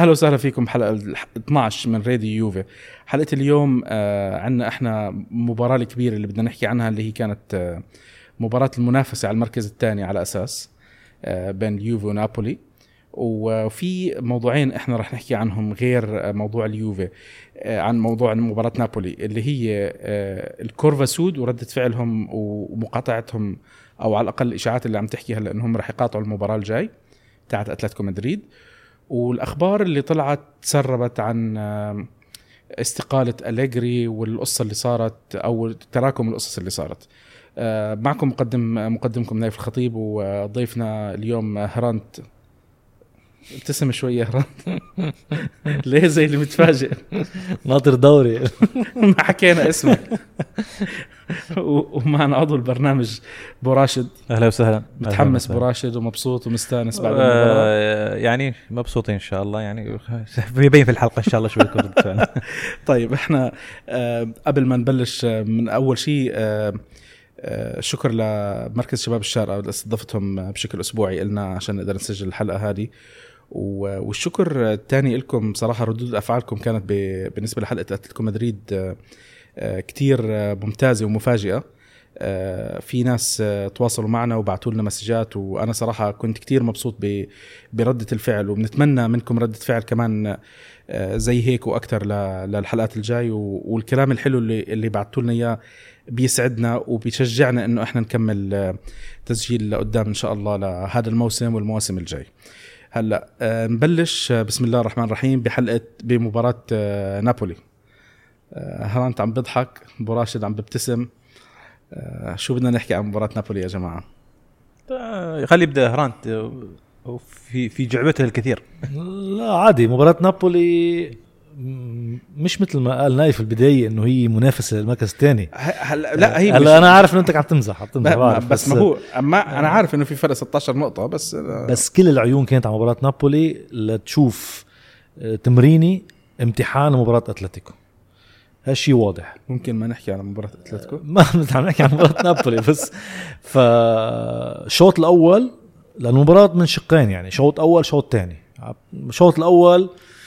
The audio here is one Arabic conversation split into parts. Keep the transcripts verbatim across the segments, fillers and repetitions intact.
أهلا وسهلا فيكم حلقة اثناشر من راديو يوفي. حلقة اليوم آه عنا احنا مباراة الكبيرة اللي بدنا نحكي عنها، اللي هي كانت آه مباراة المنافسة على المركز الثاني على أساس آه بين اليوفي ونابولي. وفي موضوعين احنا رح نحكي عنهم غير موضوع اليوفي، آه عن موضوع مباراة نابولي اللي هي آه الكورفا سود وردة فعلهم ومقاطعتهم، أو على الأقل الإشاعات اللي عم تحكي هلا إنهم رح يقاطعوا المباراة الجاي تاعت أتلتيكو مدريد، والأخبار اللي طلعت تسربت عن استقالة أليجري والقصة اللي صارت أو تراكم القصص اللي صارت. معكم مقدم مقدمكم نايف الخطيب، وضيفنا اليوم هرانت. ابتسم شوية هرانت. ليه زي اللي متفاجئ؟ ناطر دوري. ما حكينا اسمك. ومعنا عضو البرنامج براشد. اهلا وسهلا. متحمس براشد ومبسوط ومستانس بعد المباراة؟ آه يعني مبسوطين ان شاء الله، يعني بيبين في الحلقه ان شاء الله شوي كرة. طيب احنا آه قبل ما نبلش آه من اول شيء آه آه شكر لمركز شباب الشارقة اللي استضافتهم بشكل اسبوعي لنا عشان نقدر نسجل الحلقه هذه، والشكر الثاني لكم صراحه ردود افعالكم كانت بالنسبه لحلقه اتلتيكو مدريد آه كتير ممتازة ومفاجئة. في ناس تواصلوا معنا وبعتوا لنا مسجات، وأنا صراحة كنت كتير مبسوط بردة الفعل، وبنتمنى منكم ردة فعل كمان زي هيك وأكتر للحلقات الجاي. والكلام الحلو اللي, اللي بعتوا لنا إياه بيسعدنا وبيشجعنا إنه إحنا نكمل تسجيل لقدام إن شاء الله لهذا الموسم والمواسم الجاي. هلأ نبلش بسم الله الرحمن الرحيم بحلقة بمباراة نابولي. هرانت عم بضحك، براشد عم ببتسم. شو بدنا نحكي عن مباراة نابولي يا جماعة؟ خلي يبدأ هرانت في في جعبته الكثير. لا عادي، مباراة نابولي مش مثل ما قال نايف في البداية انه هي منافسة للمركز الثاني. هلا لا هي هلا انا عارف انه انت عم تمزح عم تمزح بس, بس ما هو ما انا عارف انه في فرق ستة عشر نقطة، بس بس كل العيون كانت على مباراة نابولي لتشوف تمريني امتحان مباراة اتلتيكو. هالشي واضح. ممكن ما نحكي عن مباراة اتلتيكو، ما بدنا نحكي عن مباراة نابولي بس. فالشوط الأول للمباراة من شقين، يعني شوط أول شوط تاني. الشوط الأول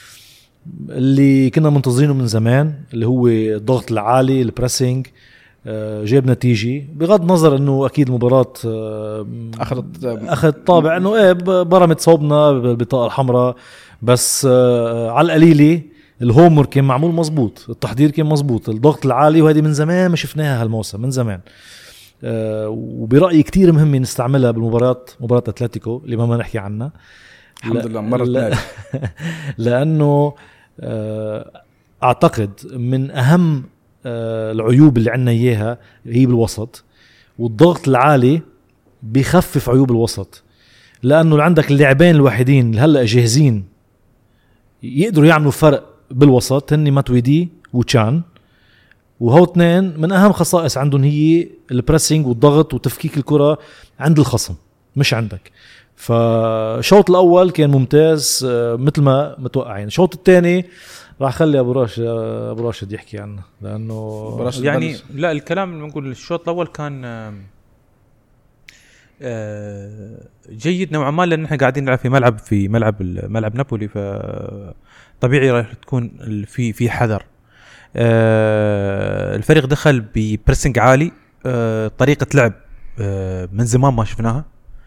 اللي كنا منتظرينه من زمان، اللي هو الضغط العالي البريسنج، جاب نتيجة بغض النظر انه اكيد المباراة اخذت اخذت طابع انه ايه برمت صوبنا بالبطاقة الحمراء، بس على القليلة الهومر كان معمول مزبوط، التحضير كان مزبوط، الضغط العالي، وهذه من زمان ما شفناها هالموسم من زمان. أه وبرأيي كتير مهم نستعملها بالمباريات، مباراة أتلتيكو اللي ما ما نحكي عنها الحمد لله مرة لا لأنه أه أعتقد من أهم أه العيوب اللي عنا إياها هي بالوسط، والضغط العالي بيخفف عيوب الوسط، لأنه عندك اللاعبين الوحيدين اللي هلأ جاهزين يقدروا يعملوا فرق بالوسط هني ماتويدي وتشان، وهو اثنين من اهم خصائص عندهم هي البريسنج والضغط وتفكيك الكرة عند الخصم مش عندك. فالشوط الاول كان ممتاز مثل ما متوقعين. الشوط الثاني راح خلي ابو راشد ابو راشد يحكي عنه، لانه يعني بلش. لا الكلام اللي بنقول الشوط الاول كان جيد نوعا ما، لان احنا قاعدين نلعب في ملعب في ملعب ملعب نابولي، فطبيعي راح تكون في في حذر. الفريق دخل ببريسنج عالي، طريقه لعب من زمان ما شفناها.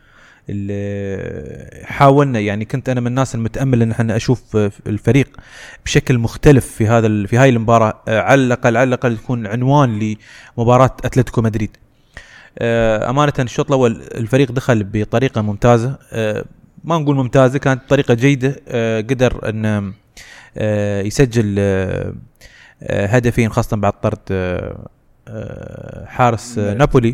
حاولنا يعني كنت انا من الناس المتامل ان احنا اشوف الفريق بشكل مختلف في هذا في هاي المباراه، على الاقل على الاقل تكون عنوان لمباراه اتلتيكو مدريد. أمانة الشوط الأول الفريق دخل بطريقة ممتازة، ما نقول ممتازة، كانت طريقة جيدة، قدر أن يسجل هدفين خاصة بعد طرد حارس نابولي.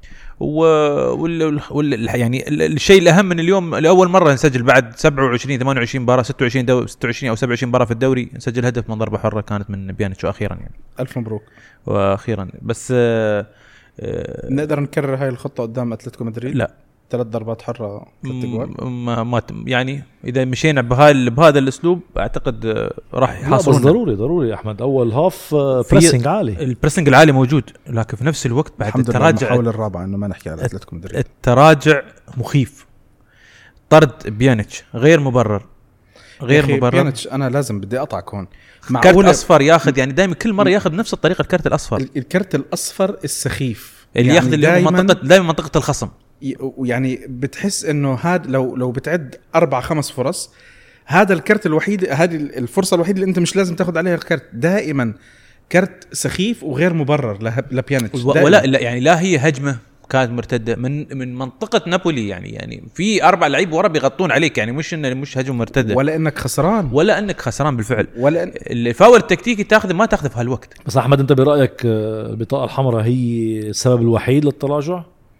وال يعني الشيء الأهم من اليوم لأول مرة نسجل بعد سبعة وعشرين ثمانية وعشرين مباراة ستة وعشرين دو ستة وعشرين أو سبعة وعشرين مباراة في الدوري نسجل هدف من ضربة حرة كانت من بيانيتش أخيرا، يعني ألف مبروك وأخيرا. بس أه نقدر نكرر هاي الخطة قدام أتلتيكو مدريد؟ لا، ثلاث ضربات حرة ما, ما يعني إذا مشينا بهاي بهذا الأسلوب أعتقد راح يحصلون. بس ضروري ضروري أحمد أول هاف بريسنج عالي، البريسنج العالي موجود، لكن في نفس الوقت بعد التراجع المحاولة الرابعة إنه ما نحكي على أتلتيكو مدريد، التراجع مخيف. طرد بيانيتش غير مبرر، غير مبرر. بيانيتش انا لازم بدي اقطعك هون. كارت اصفر ياخذ يعني دائما كل مره ياخذ نفس الطريقه الكارت الاصفر. الكارت الاصفر السخيف اللي يعني ياخذ اللي منطقه دائما منطقه الخصم. يعني بتحس انه هذا لو لو بتعد اربع خمس فرص، هذا الكارت الوحيد، هذه الفرصه الوحيده اللي انت مش لازم تاخذ عليها الكارت. دائما كارت سخيف وغير مبرر لبيانيتش. ولا لا يعني لا هي هجمه كانت مرتده من من منطقه نابولي، يعني يعني في اربع لعيبه ورا بيغطون عليك، يعني مش انه مش هجمه مرتده ولا انك خسران ولا انك خسران بالفعل. ولا إن... الفاول التكتيكي تاخذ ما تاخذه في هالوقت. بس احمد انت برايك البطاقه الحمراء هي السبب الوحيد للتراجع؟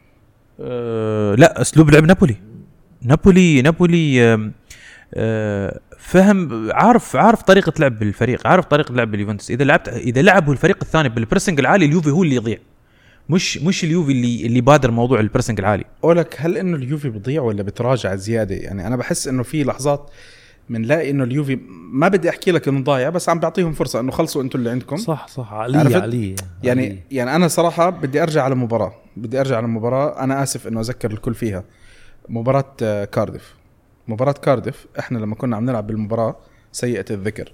أه لا، اسلوب لعب نابولي. نابولي نابولي أه أه فهم، عارف عارف طريقه لعب الفريق، عارف طريقه لعب اليوفنتوس. اذا لعبت اذا لعبوا الفريق الثاني بالبريسنج العالي، اليوفي هو اللي يضيع، مش مش اليوفي اللي اللي بادر موضوع البريسنج العالي. اقولك هل انه اليوفي بيضيع ولا بتراجع زياده؟ يعني انا بحس انه في لحظات بنلاقي انه اليوفي ما بدي احكي لك انه ضايع، بس عم بعطيهم فرصه انه خلصوا انتم اللي عندكم. صح صح عقليه عقليه يعني عالية. يعني انا صراحه بدي ارجع على مباراه بدي ارجع على مباراه انا اسف انه اذكر الكل فيها. مباراه كارديف مباراه كارديف احنا لما كنا عم نلعب بالمباراه سيئه الذكر،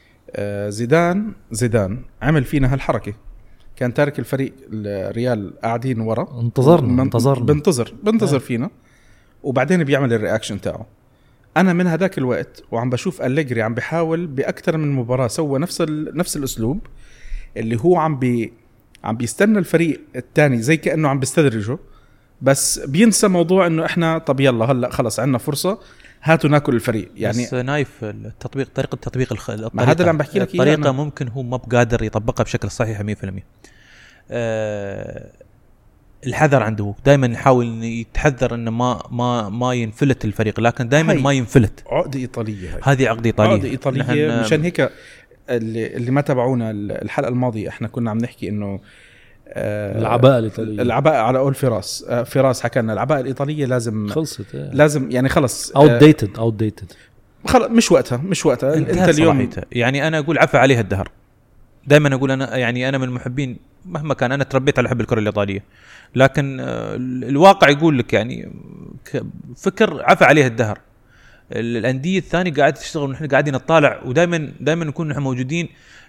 زيدان زيدان عمل فينا هالحركه، كان تارك الفريق الريال قاعدين ورا، انتظرنا انتظرنا بنتظر بنتظر فينا، وبعدين بيعمل الرياكشن تاعه. انا من هذاك الوقت وعم بشوف أليجري عم بيحاول باكثر من مباراه سوى نفس نفس الاسلوب اللي هو عم بي عم بيستنى الفريق الثاني زي كانه عم بيستدرجه، بس بينسى موضوع انه احنا طب يلا هلا خلص عندنا فرصه هاتوا ناكل الفريق. يعني بس نايف التطبيق، طريقه تطبيق الطريقه، هذا اللي عم بحكي لك الطريقه يعني ممكن هو ما بقادر يطبقها بشكل صحيح مية بالمية. أه الحذر عنده دائما، يحاول يتحذر انه ما ما ما ينفلت الفريق، لكن دائما ما ينفلت. عقده ايطاليه، هذه عقده ايطاليه عقده ايطاليه. مشان هيك اللي اللي ما تابعونا الحلقه الماضيه احنا كنا عم نحكي انه آه العباءه الايطاليه، العباءه على اول فراس آه فراس حكى لنا العباءه الايطاليه لازم خلصت آه. لازم يعني خلص اوت ديتد اوت ديتد خلص مش وقتها مش وقتها انت اليوم صلاحيته. يعني انا اقول عفى عليها الدهر. دائما اقول انا يعني انا من المحبين مهما كان، انا تربيت على حب الكره الايطاليه، لكن الواقع يقول لك يعني فكر عفى عليها الدهر. الانديه الثانيه قاعده تشتغل ونحن قاعدين نطالع، ودائما دائما نكون نحن موجودين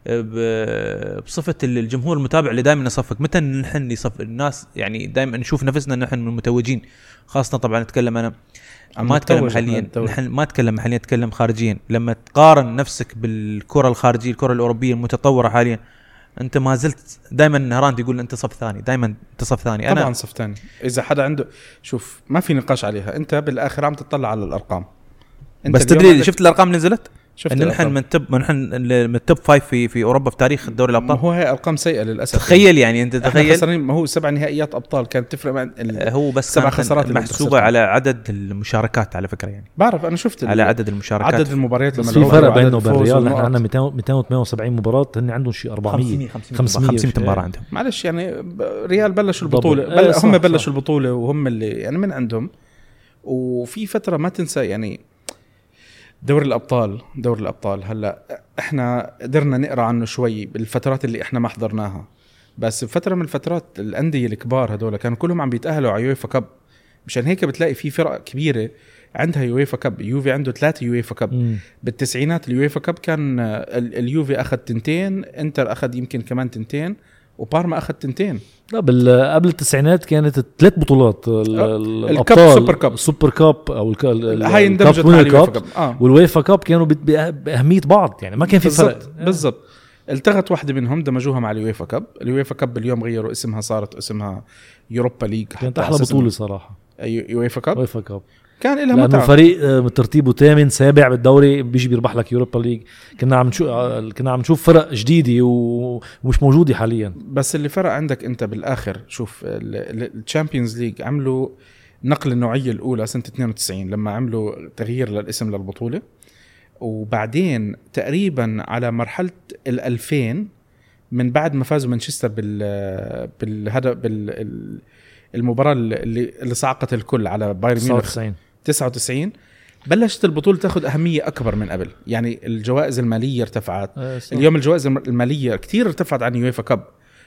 بصفه الجمهور المتابع اللي دائما نصفق. متى نحن يصف الناس يعني دائما نشوف نفسنا نحن من المتوجين، خاصه طبعا اتكلم انا ما اتكلم محليا، نحن ما اتكلم محليا، اتكلم خارجيا. لما تقارن نفسك بالكره الخارجيه الكره الاوروبيه المتطوره حاليا، انت ما زلت دائما نهران تقول انت صف ثاني، دائما انت صف ثاني. انا طبعا صف ثاني. اذا حدا عنده شوف ما في نقاش عليها، انت بالاخر عم تطلع على الارقام. انت بس تدري شفت الارقام اللي نزلت؟ ان نحن من توب نحن من التوب فايف في في اوروبا في تاريخ دوري الابطال. هو هي ارقام سيئه للاسف. تخيل يعني انت تخيل ما هو سبع نهائيات ابطال كانت تفرق مع هو بس سبع خسارات محسوبه على عدد المشاركات على فكره. يعني بعرف انا شفت على عدد المشاركات، عدد المباريات. بس في فرق بينه وبين الريال، نحن عندنا مئتين وثمانية وسبعين مباراه، هن عندهم شيء أربعمية خمسمية مباراه عندهم. معلش يعني ريال بلشوا البطوله بل هم بلشوا البطوله وهم اللي يعني من عندهم. وفي فتره ما تنسى يعني دوري الأبطال دوري الأبطال هلا احنا قدرنا نقرأ عنه شوي بالفترات اللي احنا ما حضرناها، بس فترة من الفترات الأندية الكبار هدول كانوا كلهم عم بيتأهلوا على يويفا كاب. مشان هيك بتلاقي في فرق كبيرة عندها يويفا كاب. يوفي عنده ثلاثة يويفا كاب. مم. بالتسعينات اليويفا كاب كان اليوفي أخذ تنتين، انتر أخذ يمكن كمان تنتين، وبارما أخذ تنتين. لا قبل التسعينات كانت ثلاث بطولات، الابطال سوبر كاب سوبر كاب او هاي اندمجت مع اليويفا كاب آه. والويفا كاب كانوا باهميه بعض، يعني ما كان في فرق بالضبط. التغت واحده منهم دمجوها مع اليويفا كاب. اليويفا كاب اليوم غيروا اسمها، صارت اسمها يوروبا ليج. كانت احلى بطوله صراحه يويفا كاب. يويفا كاب كان لها متعه، فريق ترتيبه ثامن سابع بالدوري بيجي بيربح لك يوروبا ليج. كنا عم نشوف كنا عم نشوف فرق جديده ومش موجوده حاليا. بس اللي فرق عندك انت بالاخر شوف الشامبيونز ليج عملوا نقل النوعيه الاولى سنه اثنين وتسعين لما عملوا تغيير للاسم للبطوله، وبعدين تقريبا على مرحله الألفين من بعد ما فازوا مانشستر بال بالهدف بال المباراه اللي اللي صعقت الكل على بايرن ميونخ تسعة وتسعين بلشت البطوله تاخذ اهميه اكبر من قبل. يعني الجوائز الماليه ارتفعت. اليوم الجوائز الماليه كتير ارتفعت عن يويفا كاب،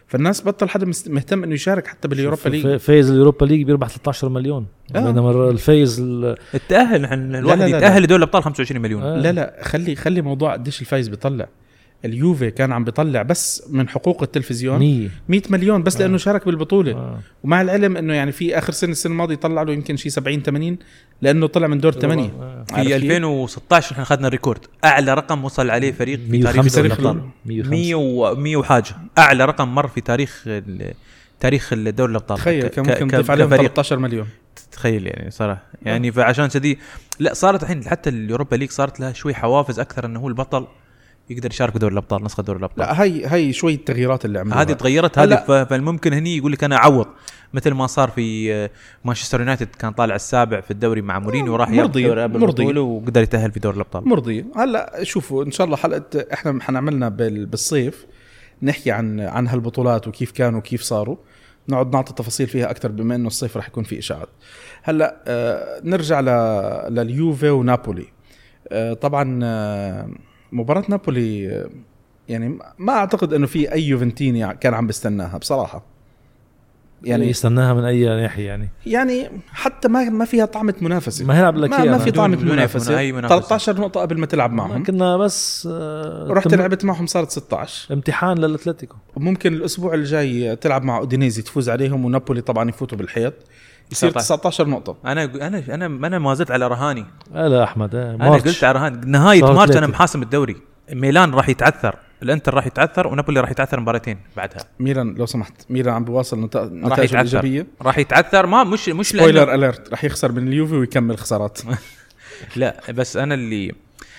فالناس بطل حدا مهتم انه يشارك حتى باليوروبا ليج. فايز اليوروبا ليج بيربح ثلاثة عشر مليون آه. بينما الفايز التأهل نحن الواحد يتأهل لدوري الأبطال خمسة وعشرين مليون آه. لا لا خلي خلي موضوع قديش الفايز بيطلع. اليوفي كان عم بيطلع بس من حقوق التلفزيون مية مليون بس آه. لأنه شارك بالبطولة آه. ومع العلم انه يعني في اخر سنة السنة الماضية طلع له يمكن شيء سبعين ثمانين لانه طلع من دور ثمانية آه. في ألفين وستة عشر نحن اخذنا الريكورد اعلى رقم وصل عليه فريق في تاريخ دوري الابطال مية ومية وحاجة اعلى رقم مر في تاريخ تاريخ الدوري الابطال. تخيل كم ممكن نضيف عليهم ثلاثة عشر مليون. تخيل يعني صراحة يعني فعشان كذي لا صارت الحين حتى اليوروبا ليج صارت لها شوي حوافز اكثر انه هو البطل يقدر يشارك بدوري الابطال نسخه دوري الابطال. لا هي هي شويه التغييرات اللي عملوها هذه تغيرت هذه فالممكن هني يقول لك انا اعوض مثل ما صار في مانشستر يونايتد كان طالع السابع في الدوري مع مورينيو وراح ياخذ مرضي وقدر يتاهل في دوري الابطال مرضي. هلا شوفوا ان شاء الله حلقه احنا حنعملنا بالصيف نحكي عن عن هالبطولات وكيف كانوا وكيف صاروا نقعد نعطي تفاصيل فيها اكثر بما انه الصيف راح يكون في اشاعات. هلا آه نرجع لليوفي ونابولي. آه طبعا آه مباراة نابولي يعني ما أعتقد أنه في أي يوفنتيني كان عم بستناها بصراحة. يعني يستناها من أي ناحية يعني يعني حتى ما ما فيها طعمة منافسة. ما هلعب لك ما, ما في طعمة منافسة. ثلاثة عشر نقطة قبل ما تلعب معهم. كنا بس آه رحت تم... لعبت معهم صارت ستة عشر. امتحان للأتلتيكو. ممكن الأسبوع الجاي تلعب مع أودينيزي تفوز عليهم ونابولي طبعا يفوتوا بالحيط. يصير تسعة عشر نقطة. أنا أنا أنا أنا ما زلت على رهاني. لا أحمد أنا قلت على رهان نهاية مارس أنا محاسم الدوري. ميلان راح يتعثر الانتر راح يتعثر ونابولي راح يتعثر مباراتين بعدها. ميلان لو سمحت ميلان عم بيواصل نتائج ايجابيه راح يتعثر ما مش مش سبويلر اليرت راح يخسر من اليوفي ويكمل خسارات. لا بس انا اللي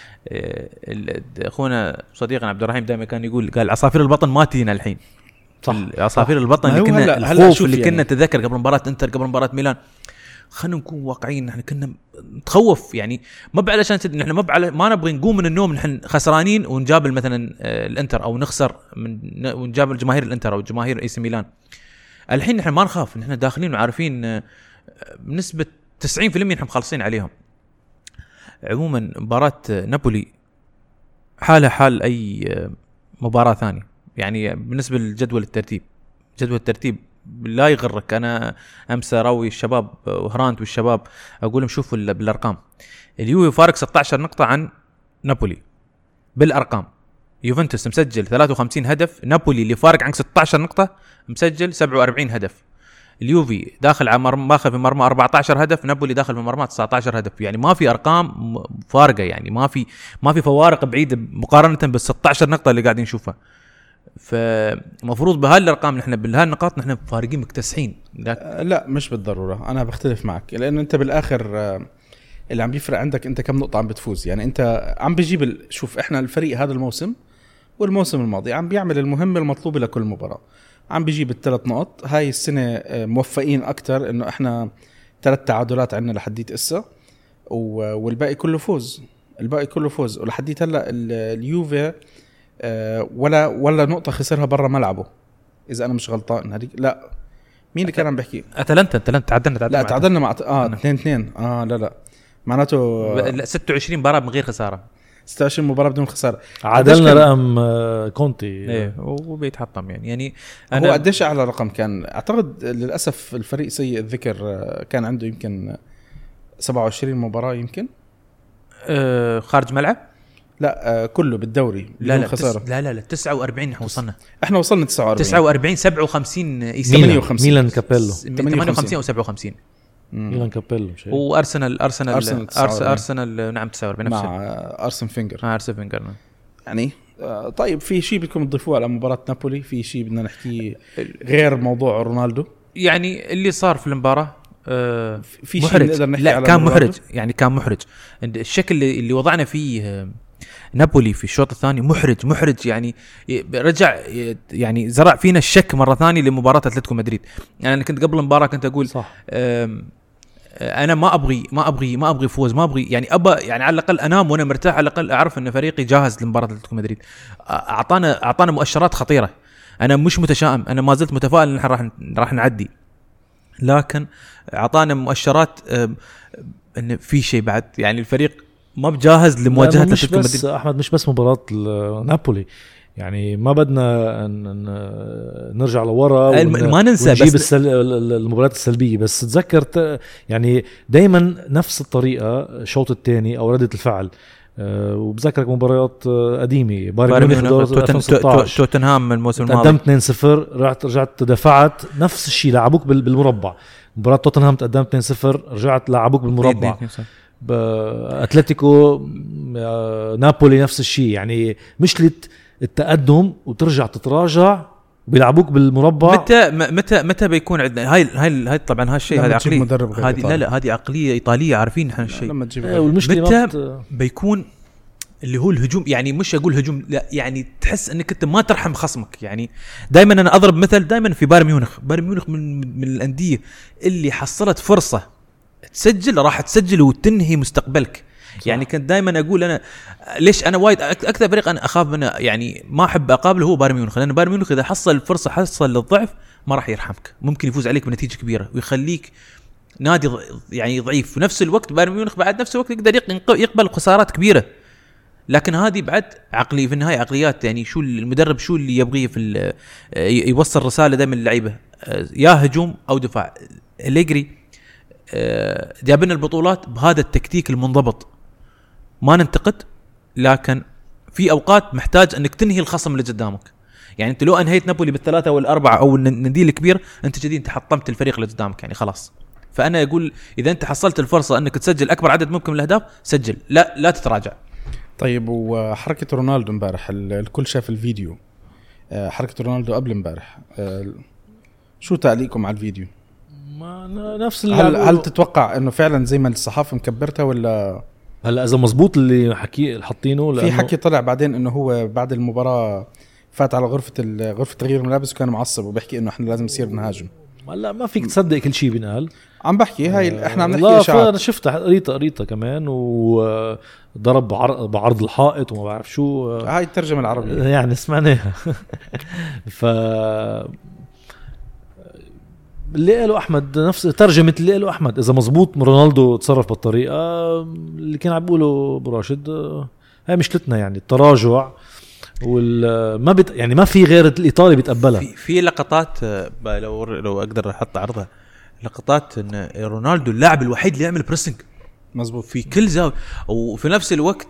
اخونا صديقنا عبد الرحيم دائما كان يقول قال عصافير البطن ما تجينا الحين صح عصافير البطن اللي كنا الخوف اللي يعني. كنا نتذكر قبل مباراه انتر قبل مباراه ميلان خلينا نكون واقعيين نحن كنا نتخوف يعني ما بعلشان نحن ما بعل ما نبغى نقوم من النوم نحن خسرانين ونجابل مثلا الانتر او نخسر من ونجابل جماهير الانتر او جماهير اي سي ميلان. الحين نحن ما نخاف نحن داخلين وعارفين بنسبه تسعين بالمئة نحن مخلصين عليهم. عموما مباراه نابولي حالها حال اي مباراه ثانيه يعني بالنسبه لجدول الترتيب جدول الترتيب لا يغرك. انا امس راوي الشباب وهرانت والشباب اقول لهم شوفوا بالارقام اليوفي فارق ستة عشر نقطه عن نابولي بالارقام. يوفنتوس مسجل ثلاثة وخمسين هدف نابولي اللي فارق عنك ستة عشر نقطه مسجل سبعة وأربعين هدف. اليوفي داخل على مرمى داخل في مرمى أربعة عشر هدف نابولي داخل في مرمى تسعة عشر هدف يعني ما في ارقام فارقه يعني ما في ما في فوارق بعيده مقارنه بال ستة عشر نقطه اللي قاعدين نشوفها. فمفروض بهالارقام نحن بهالنقاط نحن فارقين مكتسحين. لا مش بالضروره انا بختلف معك لانه انت بالاخر اللي عم بيفرق عندك انت كم نقطه عم بتفوز يعني انت عم بيجيب شوف احنا الفريق هذا الموسم والموسم الماضي عم بيعمل المهمه المطلوبه لكل مباراه عم بيجيب الثلاث نقط. هاي السنه موفقين اكتر انه احنا ثلاث تعادلات عندنا لحديت اسا والباقي كله فوز الباقي كله فوز ولحديت هلا اليوفي أه ولا ولا نقطة خسرها برا ملعبه إذا أنا مش غلطان هذيك لا مين اللي كان عم بحكي أتلانتا أتلانتا تعادلنا تعادلنا لا تعادلنا مع آه اثنين اثنين آه لا لا معناته لا ستة وعشرين مباراة من غير خسارة ستة وعشرين مباراة بدون خسارة عادلنا رقم كونتي إيه وبيتحطم يعني يعني أنا هو قديش أعلى رقم كان أعتقد للأسف الفريق سيء الذكر كان عنده يمكن سبعة وعشرين مباراة يمكن أه خارج ملعب لا آه كله بالدوري لا لا خسارة لا لا لا تسعة وأربعين احنا وصلنا احنا وصلنا تسعة وأربعين تسعة وأربعين سبعة وخمسين ثمانية وخمسين ميلان كابيلو ثمانية وخمسين او سبعة وخمسين ميلان كابيلو شيء وارسنال ارسنال ارسنال, أرسنال, أرسنال نعم تسعة وأربعين مع ارسن فينجر مع ارسن فينجر يعني آه طيب في شيء بدكم تضيفوه على مباراة نابولي في شيء بدنا نحكي غير موضوع رونالدو يعني اللي صار في المباراة آه في شيء نقدر نحكي لا على كان محرج يعني كان محرج الشكل اللي, اللي وضعنا فيه نابولي في الشوط الثاني محرج محرج يعني رجع يعني زرع فينا الشك مرة ثانية لمباراة أتلتيكو مدريد. يعني أنا كنت قبل المباراة كنت أقول صح. أنا ما أبغي ما أبغي ما أبغي فوز ما أبغي يعني أبى يعني على الأقل أنام وأنا مرتاح على الأقل أعرف أن فريقي جاهز لمباراة أتلتيكو مدريد. أعطانا أعطانا مؤشرات خطيرة. أنا مش متشائم أنا ما زلت متفائل إن راح راح نعدي لكن أعطانا مؤشرات إن في شيء بعد يعني الفريق ما بجاهز لمواجهة أتلتيكو مدريد. احمد مش بس مباراة نابولي يعني ما بدنا نرجع لورا ما ننسى ونجيب السل... المباريات السلبية. بس تذكرت يعني دايما نفس الطريقة الشوط الثاني أو ردة الفعل. أه وبذكرك مباريات قديمة بايرن ميونخ توتنهام الموسم الماضي تقدمت اثنين صفر رجعت رجعت دفعت نفس الشيء لعبوك بالمربع. مباراة توتنهام تقدمت اثنين صفر رجعت لعبوك بالمربع. اتلتيكو نابولي نفس الشيء. يعني مشكلة التقدم وترجع تتراجع بيلعبوك بالمربع. متى متى متى بيكون عندنا هاي هاي هاي طبعا هالشيء هذه عقليه هذه لا لا هذه عقليه ايطاليه عارفين احنا الشيء. والمشكله متى بيكون اللي هو الهجوم يعني مش اقول هجوم لا يعني تحس انك انت ما ترحم خصمك. يعني دائما انا اضرب مثل دائما في بايرن ميونخ. بايرن ميونخ من من الانديه اللي حصلت فرصه تسجل راح تسجل وتنهي مستقبلك. صح. يعني كنت دائما اقول انا ليش انا وايد اكثر فريق انا اخاف منه يعني ما احب اقابله هو بايرن ميونخ. لان بايرن ميونخ اذا حصل الفرصه حصل للضعف ما راح يرحمك. ممكن يفوز عليك بنتيجه كبيره ويخليك نادي يعني ضعيف. في نفس الوقت بايرن ميونخ بعد نفس الوقت يقدر يقبل خسارات كبيره. لكن هذه بعد عقلي في النهايه عقليات. يعني شو المدرب شو اللي يبغيه في يوصل رساله دائما للعيبه يا هجوم او دفاع. أليجري جابنا البطولات بهذا التكتيك المنضبط. ما ننتقد لكن في اوقات محتاج انك تنهي الخصم اللي قدامك. يعني انت لو انهيت نابولي بالثلاثه والاربعه او النادي الكبير انت جديد انت حطمت الفريق اللي قدامك يعني خلاص. فانا اقول اذا انت حصلت الفرصه انك تسجل اكبر عدد ممكن من الاهداف سجل لا لا تتراجع. طيب وحركه رونالدو امبارح الكل شاف الفيديو. حركه رونالدو قبل امبارح شو تعليقكم على الفيديو؟ ما نفس هل, هل تتوقع انه فعلا زي ما الصحافه مكبرتها ولا هلا اذا مزبوط اللي حكي حاطينه؟ في حكي طلع بعدين انه هو بعد المباراه فات على غرفه غرفه تغيير الملابس وكان معصب وبيحكي انه احنا لازم نصير نهاجم. هلا ما فيك تصدق كل شيء بينقال. عم بحكي هاي احنا عم نحكي اشاعات. انا شفتها قريتها قريتها كمان وضرب بعرض الحائط وما بعرف شو هاي الترجمه العربيه يعني سمعناها. ف اللي قاله احمد نفس ترجمه اللي قاله احمد. اذا مزبوط رونالدو تصرف بالطريقه اللي كان عم بيقوله براشد هاي مشكلتنا. يعني التراجع والما بت يعني ما في غير الايطالي بيتقبلها. في في لقطات لو لو اقدر احط عرضها لقطات ان رونالدو اللاعب الوحيد اللي يعمل بريسنج مزبوط في كل زاويه. وفي نفس الوقت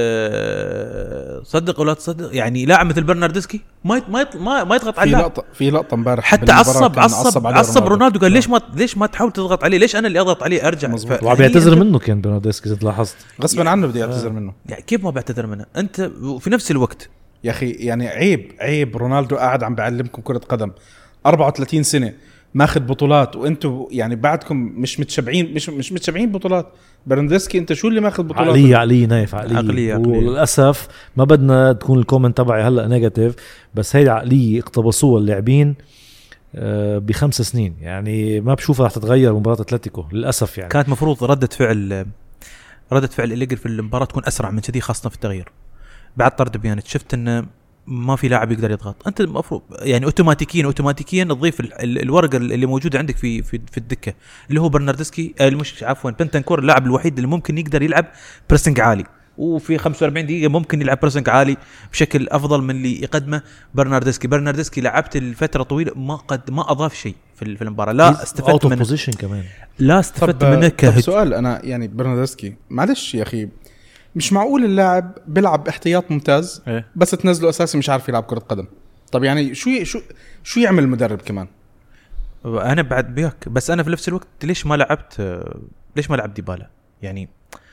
صدق ولا تصدق يعني لاعب مثل برناردسكي ما ما ما يضغط عليه. في لقطه في لقطه امبارح حتى عصب عصب عصب رونالدو قال ليش ما ليش ما تحاول تضغط عليه ليش انا اللي اضغط عليه ارجع. وعم يعتذر منه كان برناردسكي اذا لاحظت غصبا عنه بدي اعتذر منه. يعني كيف ما بيعتذر منه انت في نفس الوقت يا اخي يعني عيب عيب رونالدو قاعد عم بعلمكم كرة قدم أربعة وثلاثين سنة ماخذ بطولات وانتم يعني بعدكم مش متشبعين مش مش متشبعين بطولات. برناردسكي انت شو اللي ماخذ بطولات؟ عقلية عقلية نايف عقلية, عقلية, عقلية. وللأسف ما بدنا تكون الكومنت تبعي هلأ نيجاتيف بس هيدا عقلية اقتبسوها اللاعبين بخمس سنين. يعني ما بشوفها رح تتغير مباراة أتلتيكو للأسف. يعني كانت مفروض ردة فعل ردة فعل أليجري في المباراة تكون أسرع من كذي خاصة في التغيير. بعد طرد بيانت شفت انه ما في لاعب يقدر يضغط. انت المفروض يعني اوتوماتيكيا اوتوماتيكيا تضيف الورقه اللي موجوده عندك في في, في الدكه اللي هو برناردسكي مش عفوا بنتنكور اللاعب الوحيد اللي ممكن يقدر يلعب بريسنج عالي وفي خمسة وأربعين دقيقه ممكن يلعب بريسنج عالي بشكل افضل من اللي يقدمه برناردسكي. برناردسكي لعبت الفتره طويله ما قد ما اضاف شيء في المباراه. لا استفدت منه كمان لا استفدت منه. طب سؤال انا يعني برناردسكي معلش يا اخي مش معقول اللاعب بيلعب احتياط ممتاز إيه؟ بس تنزله اساسي مش عارف يلعب كرة قدم. طب يعني شو شو شو يعمل المدرب كمان؟ انا بعد بياك بس انا في نفس الوقت ليش ما لعبت ليش ما لعب ديبالا؟ يعني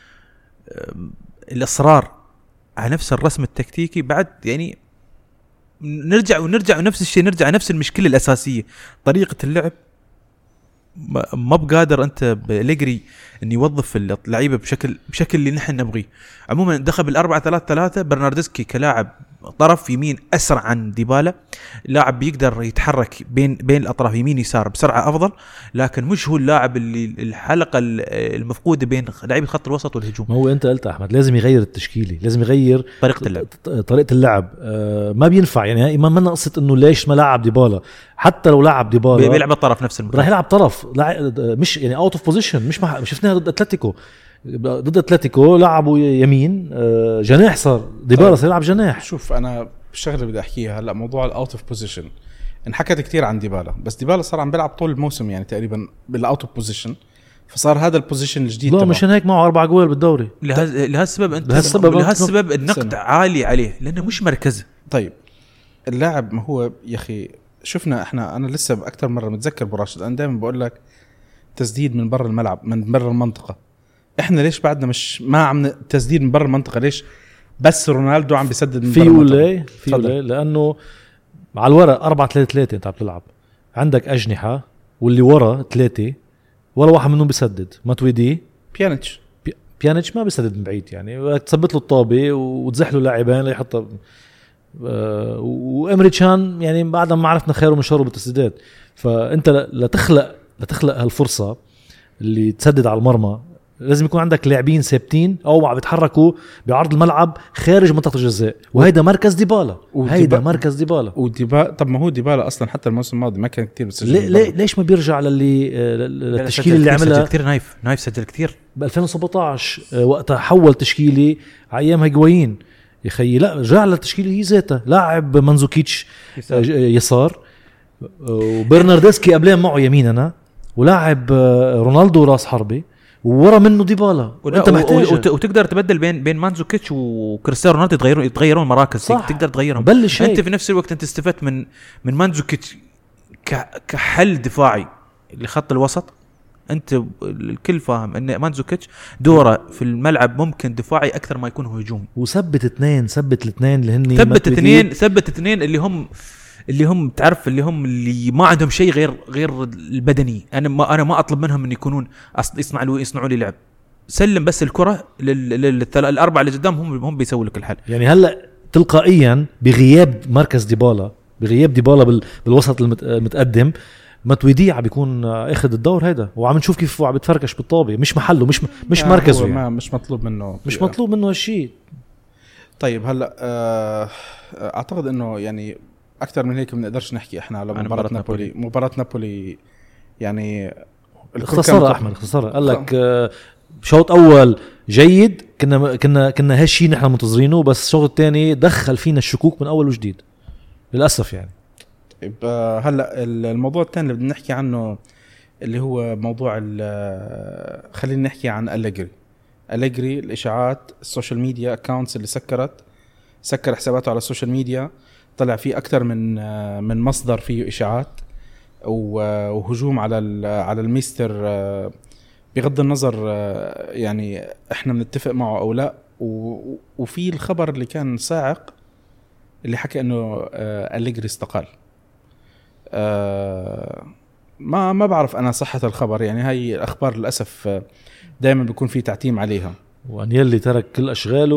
الاصرار على نفس الرسم التكتيكي بعد يعني نرجع ونرجع ونفس الشيء نرجع نفس المشكلة الأساسية طريقة اللعب. ما بقادر انت بأليجري ان يوظف اللعيبه بشكل بشكل اللي نحن نبغيه. عموما دخل بالأربعة ثلاثة ثلاثة. برناردسكي كلاعب طرف يمين اسرع عن ديبالا. لاعب بيقدر يتحرك بين بين الاطراف يمين يسار بسرعه افضل لكن مش هو اللاعب اللي الحلقه المفقوده بين لاعبي خط الوسط والهجوم. ما هو انت قلت احمد لازم يغير التشكيله لازم يغير طريقه اللعب طريقه اللعب. آه ما بينفع يعني ما ما قصه انه ليش ما لعب ديبالا. حتى لو لعب ديبالا بيلعب الطرف نفس المكان راح يلعب طرف مش يعني اوت اوف بوزيشن. مش مح... شفناها ضد اتلتيكو ضد اتلتيكو لعبوا يمين جناح صار ديبالا صار يلعب جناح. شوف انا الشغله اللي بدي احكيها هلا موضوع الاوت اوف بوزيشن. انحكت كتير عن ديبالا، بس ديبالا صار عم بيلعب طول الموسم يعني تقريبا بالاوت اوف بوزيشن، فصار هذا البوزيشن الجديد. لا مشان هيك معه اربع جوال بالدوري. لهذا لهالسبب انت لهالسبب لهالسبب النقد عالي عليه لانه مش مركزه. طيب اللاعب ما هو يا اخي شفنا احنا، انا لسه باكثر مره متذكر براشد، انا دائما بقول لك تسديد من برا الملعب من برا المنطقه. احنا ليش بعدنا مش ما عم تسديد من برا المنطقه؟ ليش بس رونالدو عم بيسدد من برا المنطقه؟ في ولا لانه على الورق أربعة ثلاثة ثلاثة انت عم تلعب، عندك اجنحه واللي ورا ثلاثه ولا واحد منهم بيسدد. ماتويدي بيانيتش بي... بيانيتش ما بيسدد من بعيد، يعني تثبت له الطابه وتزح له لاعبين ليحطها. آه وامريتشان يعني بعد ما عرفنا خيره من شره بالتسديدات، فانت لتخلق لتخلق هالفرصه اللي تسدد على المرمى لازم يكون عندك لاعبين ثابتين او عم بيتحركوا بعرض الملعب خارج منطقه الجزاء، وهيدا مركز ديبالا. هيدا مركز ديبالا وديبالا. طب ما هو ديبالا اصلا حتى الموسم الماضي ما كان كتير بسجل. ليه ليه ليش ما بيرجع للي للتشكيل اللي عملها؟ سجل كتير. نايف نايف سجل كتير ب ألفين وسبعطعش وقتها حول تشكيلي على ايام هيغوين يا خيي. لا رجع للتشكيله هي ذاتها، لاعب مانزوكيتش يسار, يسار. وبرناردسكي قبلين معه يميننا، ولاعب رونالدو راس حربي، وورا منه ديبالا. وانت محتاج وت... وتقدر تبدل بين بين مانزوكيتش وكريستيانو رونالدو، يتغيرون يتغيرون مراكز. تقدر تغيرهم. بلش انت في نفس الوقت انت استفدت من من مانزوكيتش ك... كحل دفاعي لخط الوسط. انت الكل فاهم ان مانزوكيتش دوره في الملعب ممكن دفاعي اكثر ما يكون هجومي. وثبت اثنين ثبت الاثنين اللي هن ثبت اثنين ثبت اثنين اللي هم اللي هم تعرف اللي هم اللي ما عندهم شيء غير غير البدني. انا ما انا ما اطلب منهم ان يكونون يصنعوا يصنعوا لي لعب. سلم بس الكره للاربعه اللي قدامهم، هم هم بيسووا لك الحل. يعني هلا تلقائيا بغياب مركز ديبالا، بغياب ديبالا بالوسط المتقدم، ماتويدي عم بيكون اخذ الدور هيدا، وعم نشوف كيف عم بتفركش بالطابه. مش محله، مش مش مركزه يعني. ما مش مطلوب منه مش مطلوب منه هالشيء. طيب هلا اعتقد انه يعني اكثر من هيك ما بنقدرش نحكي احنا على مباراه نابولي. مباراه نابولي يعني اختصار احمد اختصار قال لك آه شوط اول جيد، كنا كنا كنا هالشيء نحن منتظرينه، بس الشوط الثاني دخل فينا الشكوك من اول وجديد للاسف يعني. طيب هلا الموضوع الثاني اللي بدنا نحكي عنه اللي هو موضوع خلينا نحكي عن أليجري. أليجري الاشاعات، السوشيال ميديا اكاونتس اللي سكرت سكر حساباته على السوشيال ميديا، طلع فيه أكتر من من مصدر فيه إشاعات وهجوم على على الميستر بغض النظر يعني إحنا بنتفق معه أو لا. وفي الخبر اللي كان صاعق اللي حكى إنه أليجري استقال. ما ما بعرف أنا صحة الخبر، يعني هاي الأخبار للأسف دائما بيكون في تعتيم عليها. وأنيلي ترك كل أشغاله